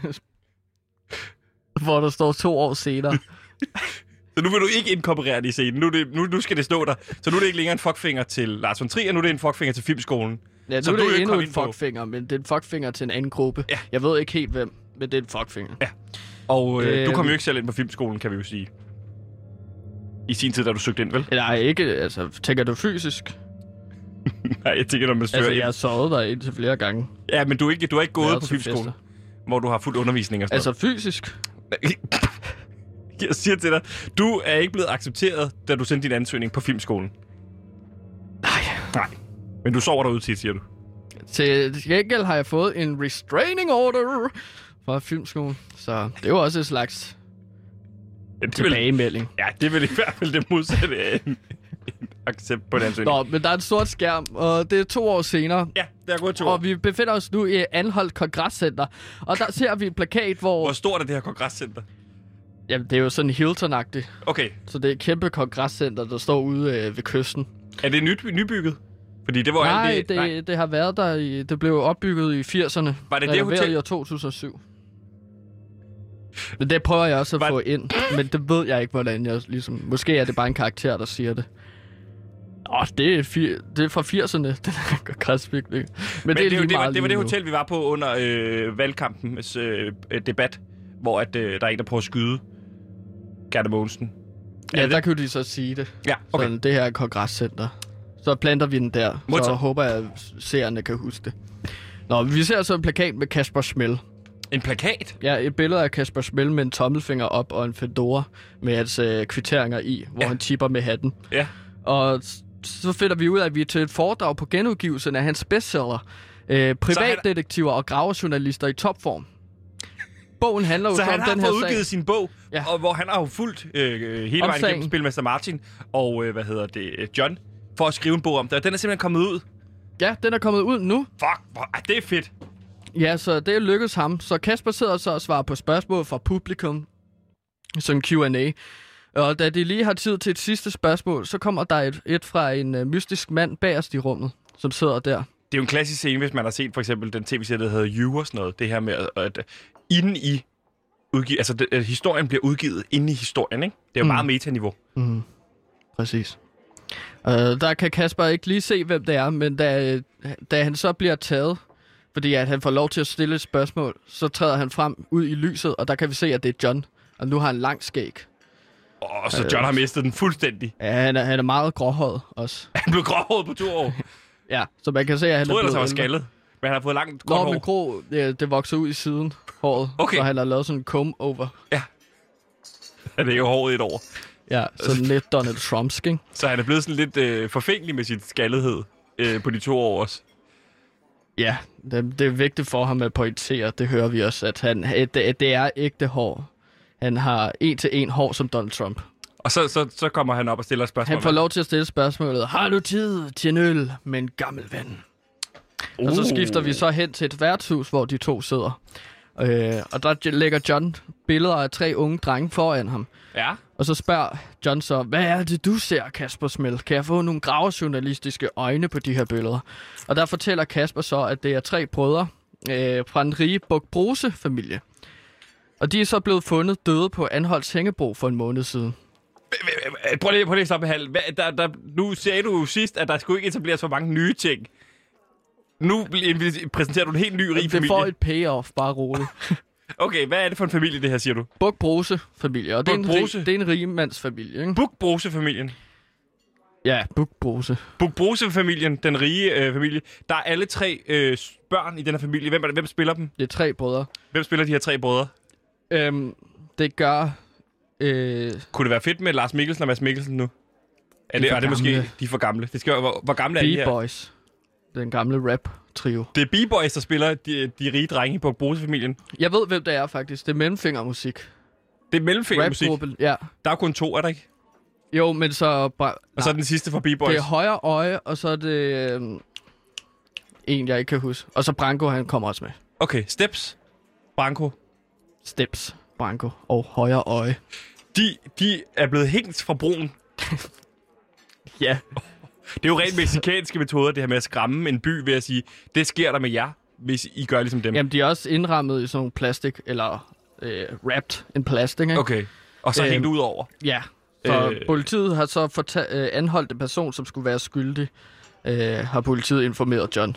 hvor der står 2 år senere. Så nu vil du ikke inkorporere det i scenen. Nu skal det stå der. Så nu er det ikke længere en fuckfinger til Lars von Trier, nu er det en fuckfinger til Filmskolen. Ja, nu er det endnu en fuckfinger, men det er en fuckfinger til en anden gruppe. Ja. Jeg ved ikke helt hvem, men det er en fuckfinger. Ja. Og du kom jo ikke selv ind på Filmskolen, kan vi jo sige. I sin tid, da du søgte ind, vel? Nej, ikke. Altså, tænker du fysisk? Nej, jeg tænker, når man søger Altså, jeg har sovet der indtil flere gange. Ja, men du har ikke gået på Filmskolen, hvor du har fuld undervisning og sådan altså, fysisk? Jeg siger til dig, du er ikke blevet accepteret, da du sendte din ansøgning på Filmskolen. Nej. Men du sover derude tit, siger du. Til gengæld har jeg fået en restraining order fra Filmskolen. Så det er jo også et slags tilbagemelding. Ja, det er vel i hvert fald det modsatte af en accept på den ansøgning. Nå, men der er en sort skærm, og det er 2 år senere. Ja, det er gået 2 år. Og vi befinder os nu i Anholt Kongresscenter. Og der ser vi en plakat, hvor... Hvor stort er det her kongresscenter? Jamen, det er jo sådan Hilton-agtigt. Okay. Så det er et kæmpe kongresscenter, der står ude ved kysten. Er det nybygget? Fordi det var Nej, det har været der i... Det blev opbygget i 80'erne. Var det det hotel? I år 2007. Men det prøver jeg også at få ind. Men det ved jeg ikke, hvordan jeg ligesom... Måske er det bare en karakter, der siger det. Det er fra 80'erne, den her kongressbygning. Men det var det hotel, vi var på under valgkampens debat, hvor at, der er en, der prøver at skyde Gerda Mogensen. Ja, der kunne de så sige det. Ja, okay. Sådan, det her er et kongresscenter. Så planter vi den der. Så håber jeg, at seerne kan huske det. Nå, vi ser så en plakat med Kasper Schmel. En plakat? Ja, et billede af Kasper Schmel med en tommelfinger op og en fedora med hans kvitteringer i, hvor han tipper med hatten. Ja. Og så finder vi ud af, at vi er til et foredrag på genudgivelsen af hans bestseller. Privatdetektiver og gravejournalister i topform. Bogen handler jo om den her sag. Så han har fået udgivet sin bog, ja. Og hvor han har jo fulgt hele vejen igennem Spilmester Martin og John for at skrive en bog om det. Og den er simpelthen kommet ud. Ja, den er kommet ud nu. Fuck, det er fedt. Ja, så det lykkedes ham. Så Kasper sidder så og svarer på spørgsmål fra publikum. Sådan en Q&A. Og da de lige har tid til et sidste spørgsmål, så kommer der et fra en mystisk mand bagerst i rummet, som sidder der. Det er jo en klassisk scene, hvis man har set for eksempel den tv-serie, der hedder You og sådan noget. Det her med, at inden i historien bliver udgivet inde i historien, ikke? Det er jo meget metaniveau. Mm. Præcis. Der kan Kasper ikke lige se, hvem det er, men da han så bliver taget, fordi at han får lov til at stille et spørgsmål, så træder han frem ud i lyset, og der kan vi se, at det er John. Og nu har han lang skæg. Så John har mistet den fuldstændig. Ja, han er meget gråhåret også. Han blev gråhåret på 2 år. Ja, så man kan se, at han Jeg troede er ellers, han var blevet ældre. skaldet. Men han har fået langt gråt hår. Men grå, det vokser ud i siden, håret. Okay. Så han har lavet sådan en comb-over. Ja. Han er jo håret i et år. Ja, sådan lidt Donald Trumpsk, ikke? Så han er blevet sådan lidt forfængelig med sit skaldighed på de 2 år også. Ja, det er vigtigt for ham at pointere, det hører vi også, at det er ægte hår. Han har 1-1 hår som Donald Trump. Og så kommer han op og stiller et spørgsmål. Han får lov til at stille spørgsmålet, har du tid til en øl med en gammel ven? Og så skifter vi så hen til et værtshus, hvor de 2 sidder. Og der lægger John billeder af 3 unge drenge foran ham. Ja. Og så spørger John så, hvad er det, du ser, Kasper Smell? Kan jeg få nogle gravejournalistiske øjne på de her billeder? Og der fortæller Kasper så, at det er 3 brødre fra den rige Buch-Brose-familie. Og de er så blevet fundet døde på Anholts Hængebro for en måned siden. Prøv lige at stoppe halv. Nu sagde du jo sidst, at der skulle ikke etableres for mange nye ting. Nu præsenterer du en helt ny rig familie. Det får et payoff, bare roligt. Okay, hvad er det for en familie, det her, siger du? Buch-Brose-familie, og det er en rigmandsfamilie, ikke? Buch-Brose-familien. Ja, Buch-Brose. Buch-Brose-familien, den rige familie. Der er alle 3 børn i den her familie. Hvem spiller dem? Det er 3 brødre. Hvem spiller de her 3 brødre? Det gør... Kunne det være fedt med Lars Mikkelsen og Mads Mikkelsen nu? Er det måske de er for gamle? Det skal hvor gamle er de her? B-Boys. Den gamle rap-trio. Det er B-Boys, der spiller de rige drenge på Buch-Brose-familien. Jeg ved, hvem det er faktisk. Det er mellemfingermusik. Det er mellemfingermusik? Ja. Der er kun 2, er der ikke? Jo, men så... Og så er den sidste fra B-Boys. Det er højre øje, og så er det... en, jeg ikke kan huske. Og så Branko, han kommer også med. Okay, Steps, Branko. Steps, Branko og højre øje. De er blevet hængt fra broen. Ja. Det er jo rent mexicanske metoder, det her med at skræmme en by ved at sige, det sker der med jer, hvis I gør ligesom dem. Jamen, de er også indrammet i sådan nogle plastik, eller wrapped in plastic, ikke? Okay, og så hængt ud over. Ja, så politiet har så anholdt en person, som skulle være skyldig, har politiet informeret John.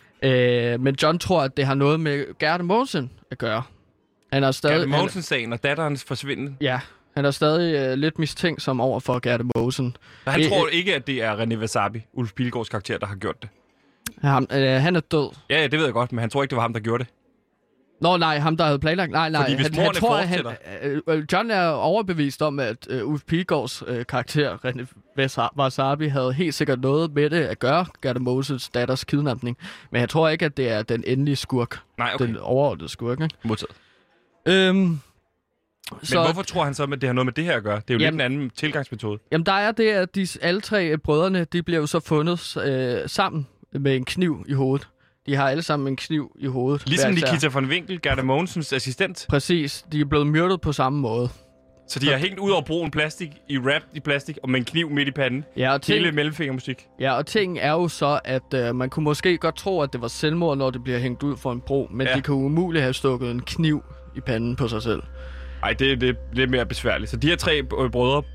Men John tror, at det har noget med Gerda Mogensen at gøre. Han er stadig... Gerda Mogensen-sagen og datterens forsvinden. Ja, han er stadig lidt mistænksom over for Gerda Mogensen. Han tror ikke, at det er René Wasabi, Ulf Pilgaards karakter, der har gjort det. Han er død. Ja, det ved jeg godt, men han tror ikke, det var ham, der gjorde det. Nå, nej, ham, der havde planlagt. Nej. Fordi hvis han tror, at John er overbevist om, at Ulf Pilgaards karakter, René Wasabi, havde helt sikkert noget med det at gøre, Gerda Mosens datters kidnapning. Men jeg tror ikke, at det er den endelige skurk. Nej, okay. Den overordnede skurk, ikke? Modtaget. Men hvorfor tror han så, at det har noget med det her at gøre? Det er jo lidt en anden tilgangsmetode. Jamen, der er det, at alle 3 brødrene, de bliver jo så fundet sammen med en kniv i hovedet. De har alle sammen en kniv i hovedet. Ligesom Nikita von Winkel, Gerda Mogensens assistent. Præcis. De er blevet myrdet på samme måde. Så de har hængt ud over broen plastik, i plastik, og med en kniv midt i panden. Ja, og hele mellemfingermusik. Ja, og ting er jo så, at man kunne måske godt tro, at det var selvmord, når det bliver hængt ud for en bro. Men de kunne umuligt have stukket en kniv i panden på sig selv. Nej, det er lidt mere besværligt. Så de her 3 brødre,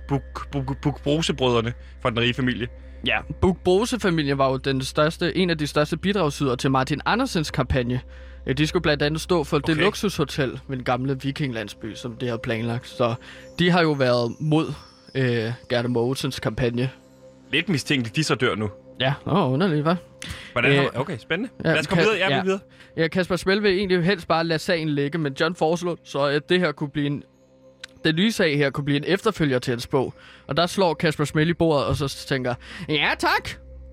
Buch-Brose-brødrene fra den rige familie. Ja, Buch-Brose-familien var jo en af de største bidragsydere til Martin Andersens kampagne. De skulle blandt andet stå for det luksushotel ved den gamle vikinglandsby, som det har planlagt. Så de har jo været mod Gerda Mogensens kampagne. Lidt mistænkeligt, de så dør nu. Ja, underligt, hva'? Okay, spændende. Lad os komme videre. Jeg vil videre. Ja, Kasper Smell vil egentlig helst bare lade sagen ligge, men John foreslår så, at det her kunne blive den nye sag her kunne blive en efterfølger til hans bog. Og der slår Kasper Smell i bordet, og så tænker, ja tak!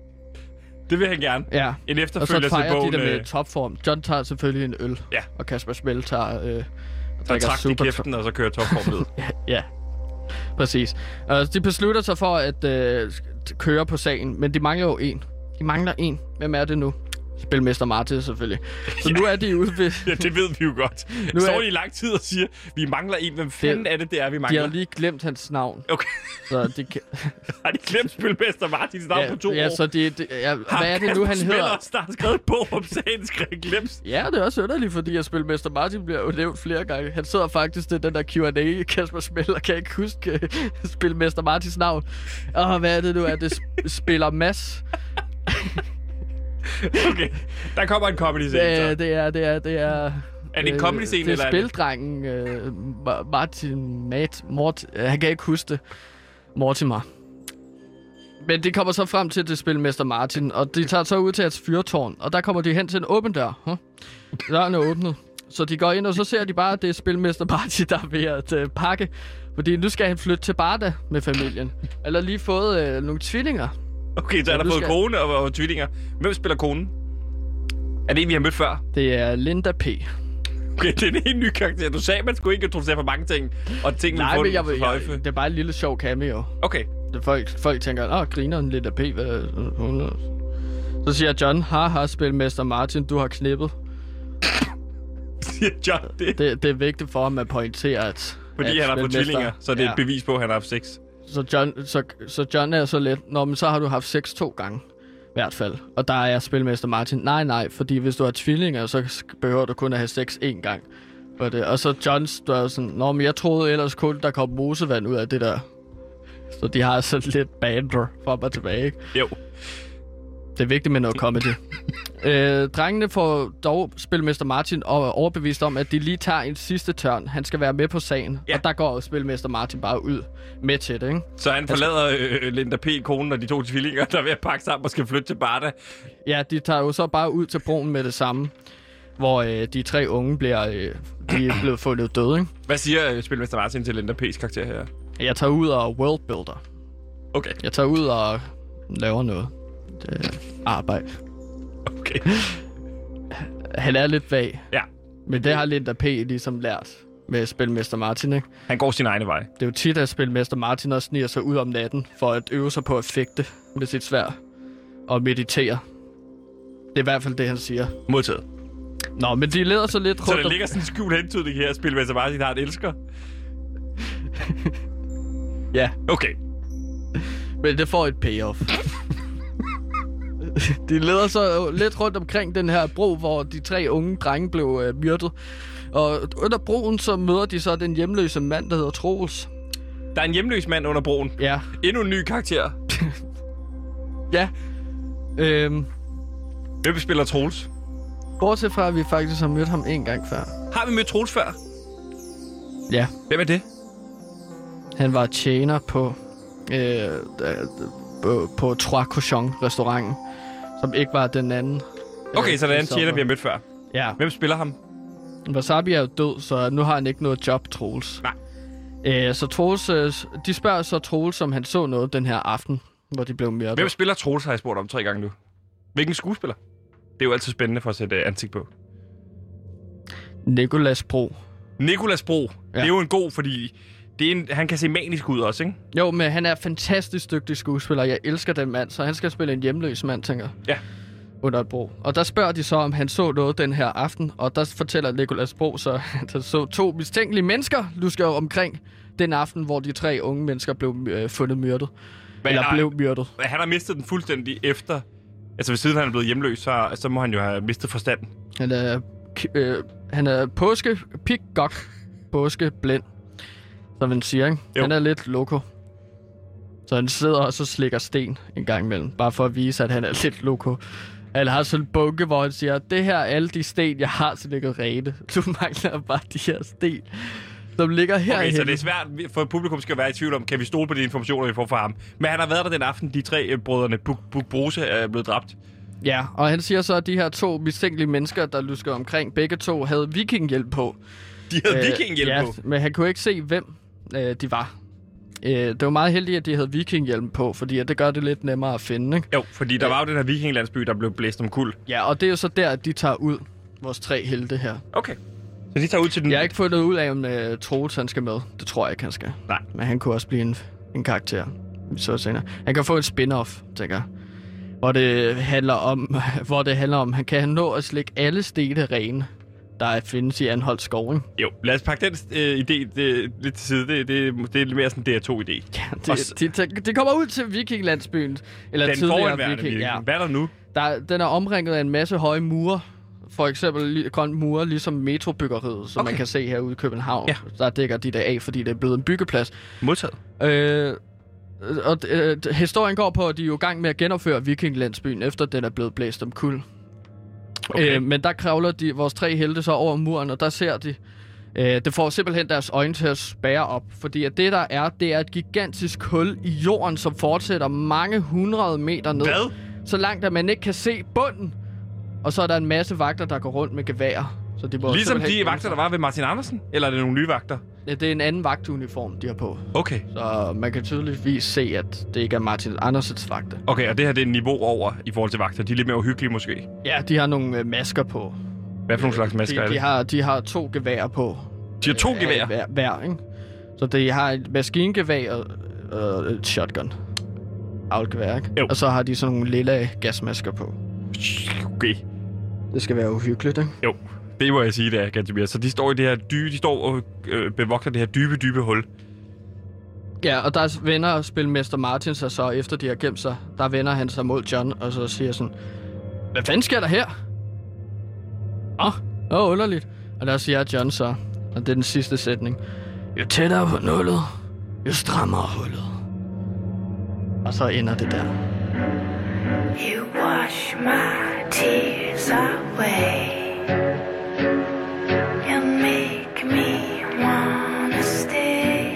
Det vil han gerne. Ja. En efterfølger til bogen. Og så fejrer de det med topform. John tager selvfølgelig en øl, og Kasper Smell tager drikker super. Og kæften, og så kører topform ned. Ja, præcis. De beslutter sig for at køre på sagen, men de mangler jo en. De mangler en. Hvem er det nu? Spilmester Martin, selvfølgelig. Så nu er de ude ved... Ja, det ved vi jo godt. Nu står de i lang tid og siger, vi mangler en. Hvem fanden er det, vi mangler? De har lige glemt hans navn. Okay. Så de kan... Har de glemt Spilmester Martins navn på 2 år? Ja, så hvad er det nu, han hedder? Der har skrevet på, om sagen skal glemt. Ja, det er også underligt, fordi at Spilmester Martin bliver jo nævnt flere gange. Han sidder faktisk til den der Q&A i Kasper Smell, og kan ikke huske Spilmester Martins navn. Hvad er det nu? Er det Spiller Mads? Okay, der kommer en comedy-scene. Det er Er det en comedy-scene, det eller er er det... spildrengen Martin han kan ikke huske det. Mortimer. Men de kommer så frem til det spilmester Martin, og de tager så ud til et fyrtårn, og der kommer de hen til en åben dør. Døren er åbnet. Så de går ind, og så ser de bare, at det er spilmester Martin, der er ved at pakke. Fordi nu skal han flytte til Barda med familien. Eller lige fået nogle tvillinger. Okay, så han har fået kone og tvillinger. Hvem spiller konen? Er det en, vi har mødt før? Det er Linda P. Okay, det er en helt ny karakter. Du sagde, at man skulle ikke introducere for mange ting, og ting Nej, ville men få det er bare en lille sjov cameo. Okay. Folk tænker, griner en Linda P. Så siger John, haha, spilmester Martin, du har knippet. Siger John det? Det er vigtigt for ham at pointere, at... Fordi han har fået tvillinger, så det er et bevis på, at han har haft sex. Så John er så lidt, men så har du haft sex 2 gange. I hvert fald. Og der er spilmester Martin. Nej, fordi hvis du har tvillinger, så behøver du kun at have sex 1 gang. Og så John står sådan, men jeg troede ellers kun, der kom mosevand ud af det der. Så de har sådan lidt banter frem og tilbage, ikke? Jo. Det er vigtigt med noget comedy. Drengene får dog spilmester Martin overbevist om, at de lige tager en sidste tørn. Han skal være med på sagen. Ja. Og der går spilmester Martin bare ud med til det, ikke? Så han forlader Linda P. konen og de 2 tvillinger, der er ved at pakke sammen og skal flytte til Barda. Ja, de tager jo så bare ud til broen med det samme. Hvor de 3 unge de er blevet fundet døde, ikke? Hvad siger spilmester Martin til Linda P.'s karakter her? Jeg tager ud og worldbuilder. Okay. Jeg tager ud og laver noget. Arbejde. Okay. Han er lidt vag. Ja. Men det har Linda P. ligesom lært med spilmester Martin, ikke? Han går sin egen vej. Det er jo tit, at spilmester Martin også sniger sig ud om natten for at øve sig på at fægte med sit sværd og meditere. Det er i hvert fald det, han siger. Modtaget. Nå, men de leder så lidt rundt. Så der ligger sådan en skjult hentydning her, at spilmester Martin har et elsker? Ja. Okay. Men det får et payoff. De leder så lidt rundt omkring den her bro, hvor de 3 unge drenge blev myrdet. Og under broen så møder de så den hjemløse mand, der hedder Troels. Der er en hjemløs mand under broen. Ja. Endnu en ny karakter. Ja. Hvem spiller Troels? Bortset fra, at vi faktisk har mødt ham 1 gang før. Har vi mødt Troels før? Ja. Hvem er det? Han var tjener på Trois Cochons restauranten, som ikke var den anden. Okay, så der er en tjener, vi har mødt før. Ja. Hvem spiller ham? Wasabi er jo død, så nu har han ikke noget job, Troels. Nej. Så Troels, de spørger så Troels, om han så noget den her aften, hvor de blev myrdet. Hvem spiller Troels, har jeg spurgt om 3 gange nu. Hvilken skuespiller? Det er jo altid spændende for at sætte ansigt på. Nicolas Bro. Nicolas Bro. Ja. Det er jo en god, fordi han kan se manisk ud også, ikke? Jo, men han er fantastisk dygtig skuespiller. Jeg elsker den mand, så han skal spille en hjemløs mand, tænker jeg. Ja. Under et bro. Og der spørger de så, om han så noget den her aften, og der fortæller Nicolas Bro så, at han så 2 mistænkelige mennesker lusker omkring den aften, hvor de 3 unge mennesker blev fundet myrdet. Blev myrdet. Han har mistet den fuldstændig efter... Altså, hvis siden han er blevet hjemløs, så må han jo have mistet forstanden. Han er påskeblind, som man siger, ikke? Jo. Han er lidt loko. Så han sidder også og slikker sten en gang imellem, bare for at vise, at han er lidt loko. Han har sådan en bunke, hvor han siger, det her er alle de sten, jeg har slikket rene. Du mangler bare de her sten, som ligger her. Okay, så det er svært for publikum skal være i tvivl om, kan vi stole på de informationer, vi får fra ham. Men han har været der den aften, de 3 brødrene Brose er blevet dræbt. Ja, og han siger så, at de her 2 mistænkelige mennesker, der lusker omkring, begge 2 havde vikinghjelm på. De havde vikinghjelm på? Men han kunne ikke se, hvem de var. Det var meget heldigt, at de havde vikinghjelm på, fordi det gør det lidt nemmere at finde, ikke? Jo, fordi der var jo den her vikinglandsby, der blev blæst omkuld. Ja, og det er jo så der, at de tager ud, vores 3 helte her. Okay. Så de tager ud til den... Jeg har ikke fundet ud af, om Troels han skal med. Det tror jeg ikke, han skal. Nej. Men han kunne også blive en karakter. Så senere. Han kan få en spin-off, tænker jeg. Hvor det handler om, han kan nå at slikke alle stene rene, der findes i Anholt skov, ikke? Jo, lad os pakke den idé lidt til side. Det er lidt mere sådan en DR2-idé. Ja, det kommer ud til vikinglandsbyen. Eller den tidligere viking. Ja. Hvad er der nu? Den er omringet af en masse høje mure. For eksempel grønne mure, ligesom metrobyggeriet, som man kan se herude i København. Ja. Der dækker de der af, fordi det er blevet en byggeplads. Modtaget. Historien går på, at de er jo i gang med at genopføre vikinglandsbyen, efter den er blevet blæst omkuld. Okay. Men der kravler vores 3 helte så over muren, og der ser de... det får simpelthen deres øjne til at spærre op. Fordi at det er et gigantisk hul i jorden, som fortsætter mange 100 meter ned. Hvad? Så langt, at man ikke kan se bunden. Og så er der en masse vagter, der går rundt med geværer. Så de må Ligesom de vagter, der var ved Martin Andersen? Eller er det nogle nye vagter? Ja, det er en anden vagtuniform, de har på. Okay. Så man kan tydeligvis se, at det ikke er Martin Andersens vagter. Okay, og det her det er et niveau over i forhold til vagter. De er lidt mere uhyggelige måske. Ja, de har nogle masker på. Hvad for nogle slags masker er det? De har 2 geværer på. De har 2 geværer? Hver, ikke? Så de har et maskingevær og et shotgun. Avlgevær, ikke? Jo. Og så har de sådan nogle lille gasmasker på. Okay. Det skal være uhyggeligt, ikke? Jo, det må jeg sige, det er, Gantemir. Så de står i det her de står og bevogter det her dybe hul. Ja, og der vender spilmester Martin sig så, efter de har gemt sig. Der vender han sig mod John, og så siger sådan... Hvad fanden sker der her? Underligt. Og der siger John så, og det er den sidste sætning. Jo tættere på nullet, jo strammere hullet. Og så ender det der. You wash my tears away. You make me wanna stay.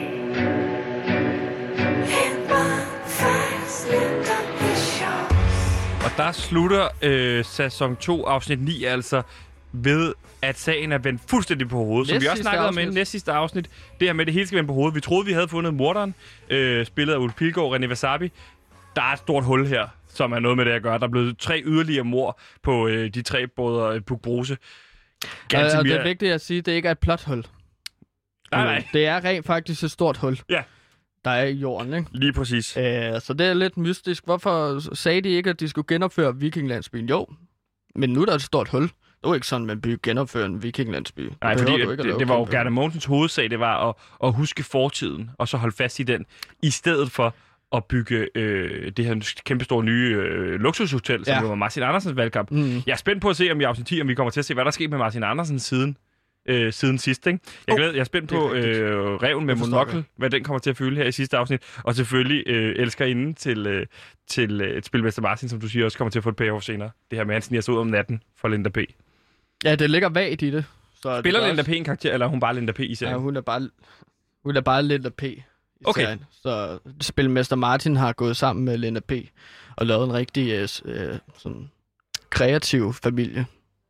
In one fast look at the show. Og der slutter sæson 2, afsnit 9, altså ved, at sagen er vendt fuldstændig på hovedet. Som vi også snakkede om i næste sidste afsnit. Det her med, det hele skal vende på hovedet. Vi troede, vi havde fundet morderen, spillet af Ulf Pilgaard og René Wasabi. Der er et stort hul her, som er noget med det at gøre. Der er blevet 3 yderligere mord på de 3 brødre Puk Brose. Og det er vigtigt at sige, at det ikke er et plothul. Nej. Det er rent faktisk et stort hul. Ja. Der er i jorden, ikke? Lige præcis. Så det er lidt mystisk. Hvorfor sagde de ikke, at de skulle genopføre Vikinglandsbyen? Jo, men nu er der et stort hul. Det var ikke sådan, man genopfører en Vikinglandsby. Nej, fordi det var jo Gerda Mogensens hovedsag, det var at huske fortiden, og så holde fast i den, i stedet for at bygge det her kæmpestore nye luksushotel, som jo var Martin Andersens valgkamp. Jeg er spændt på at se, om i afsnit 10, om vi kommer til at se, hvad der sker med Martin Andersen siden sidst, ikke? Jeg er spændt på Reven med monokkel, hvad den kommer til at fylde her i sidste afsnit, og selvfølgelig elskerinden til et spilmester Martin, som du siger, også kommer til at få et payoff senere. Det her med, han sniger sig ud om natten for Linda P. Ja, det ligger vagt i det. Så spiller det Linda P en karakter, eller er hun bare Linda P i serien? Ja, hun er bare Linda P i serien. Så spilmester Martin har gået sammen med Linda P. og lavet en rigtig sådan kreativ familie.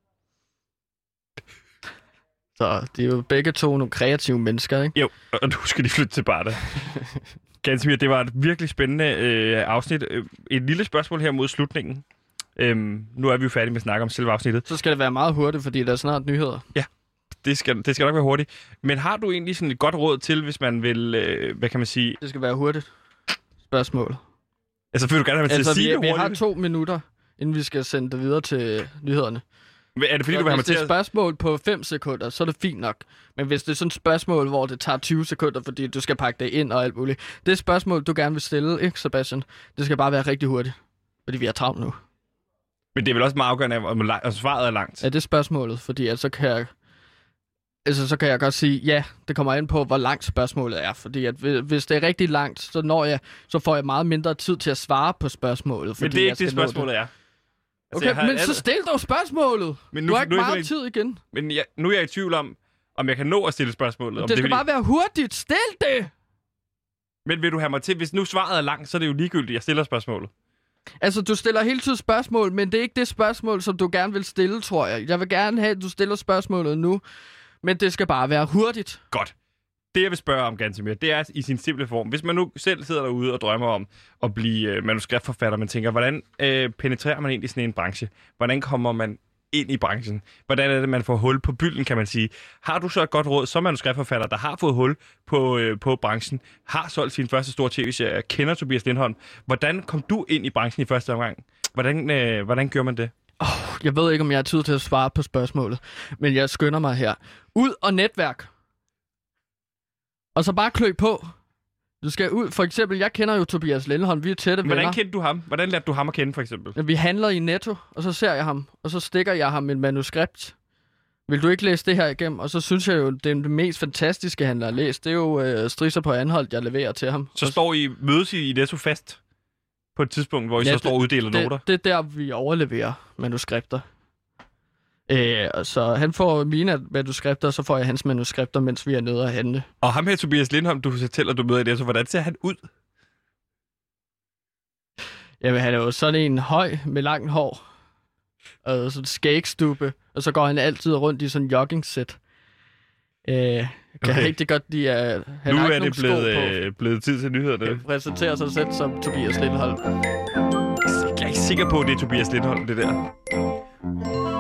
Så de er jo begge to nogle kreative mennesker, ikke? Jo, og nu skal de flytte til Barda. Gantemir, det var et virkelig spændende afsnit. Et lille spørgsmål her mod slutningen. Nu er vi jo færdige med at snakke om selve afsnittet. Så skal det være meget hurtigt, fordi der er snart nyheder. Ja, det skal nok være hurtigt. Men har du egentlig sådan et godt råd til, hvis man vil, hvad kan man sige? Det skal være hurtigt. Spørgsmål. Altså, vil du gerne have til at sige det hurtigt? Vi har 2 minutter, inden vi skal sende det videre til nyhederne. Er det fordi, du vil have mig til Hvis det er et spørgsmål på 5 sekunder, så er det fint nok. Men hvis det er sådan et spørgsmål, hvor det tager 20 sekunder, fordi du skal pakke det ind og alt muligt. Det er et spørgsmål, du gerne vil stille, ikke Sebastian? Det skal bare være rigtig hurtigt. Fordi vi er travlt nu. Men det er vel også meget afgørende, om svaret er langt? Ja, det er spørgsmålet, fordi så kan jeg godt sige, ja, det kommer ind på, hvor langt spørgsmålet er. Fordi at hvis det er rigtig langt, så får jeg meget mindre tid til at svare på spørgsmålet. Men det er ikke det, spørgsmålet er. Altså, okay, men så stil dog spørgsmålet. Men nu, du har ikke meget tid igen. Men nu er jeg i tvivl om jeg kan nå at stille spørgsmålet. Det skal bare være hurtigt. Stil det! Men vil du have mig til, hvis nu svaret er langt, så er det jo ligegyldigt, jeg stiller spørgsmålet. Altså, du stiller hele tiden spørgsmål, men det er ikke det spørgsmål, som du gerne vil stille, tror jeg. Jeg vil gerne have, at du stiller spørgsmålet nu, men det skal bare være hurtigt. Godt. Det, jeg vil spørge om, Gantemir, det er i sin simple form. Hvis man nu selv sidder derude og drømmer om at blive manuskriptforfatter, man tænker, hvordan penetrerer man egentlig sådan en branche? Hvordan kommer man ind i branchen? Hvordan er det, man får hul på bylden, kan man sige? Har du så et godt råd som manuskriptforfatter, der har fået hul på branchen, har solgt sin første store tv-serie, kender Tobias Lindholm? Hvordan kom du ind i branchen i første omgang? Hvordan gør man det? Jeg ved ikke, om jeg har tid til at svare på spørgsmålet, men jeg skynder mig her. Ud og netværk. Og så bare klø på. Du skal ud. For eksempel, jeg kender jo Tobias Lindholm. Vi er tætte venner. Hvordan kendte du ham? Hvordan lærte du ham at kende, for eksempel? Ja, vi handler i Netto, og så ser jeg ham. Og så stikker jeg ham et manuskript. Vil du ikke læse det her igennem? Og så synes jeg jo, det er det mest fantastiske, han har læst. Det er jo Strisser på Anholdt, jeg leverer til ham. Så mødes I Netto fast på et tidspunkt, hvor I så står og uddeler noter? Det er der, vi overleverer manuskripter. Så han får mine manuskripter, og så får jeg hans manuskripter, mens vi er nede og handle. Og ham her, Tobias Lindholm, du fortæller, du møder i det, så hvordan ser han ud? Jamen, han er jo sådan en høj med langt hår. Og sådan en skægstube. Og så går han altid rundt i sådan en jogging-sæt. Kan rigtig godt lide, at han nu har er det blevet tid til nyhederne. Han præsenterer sig selv som Tobias Lindholm. Jeg er ikke sikker på, at det er Tobias Lindholm, det der.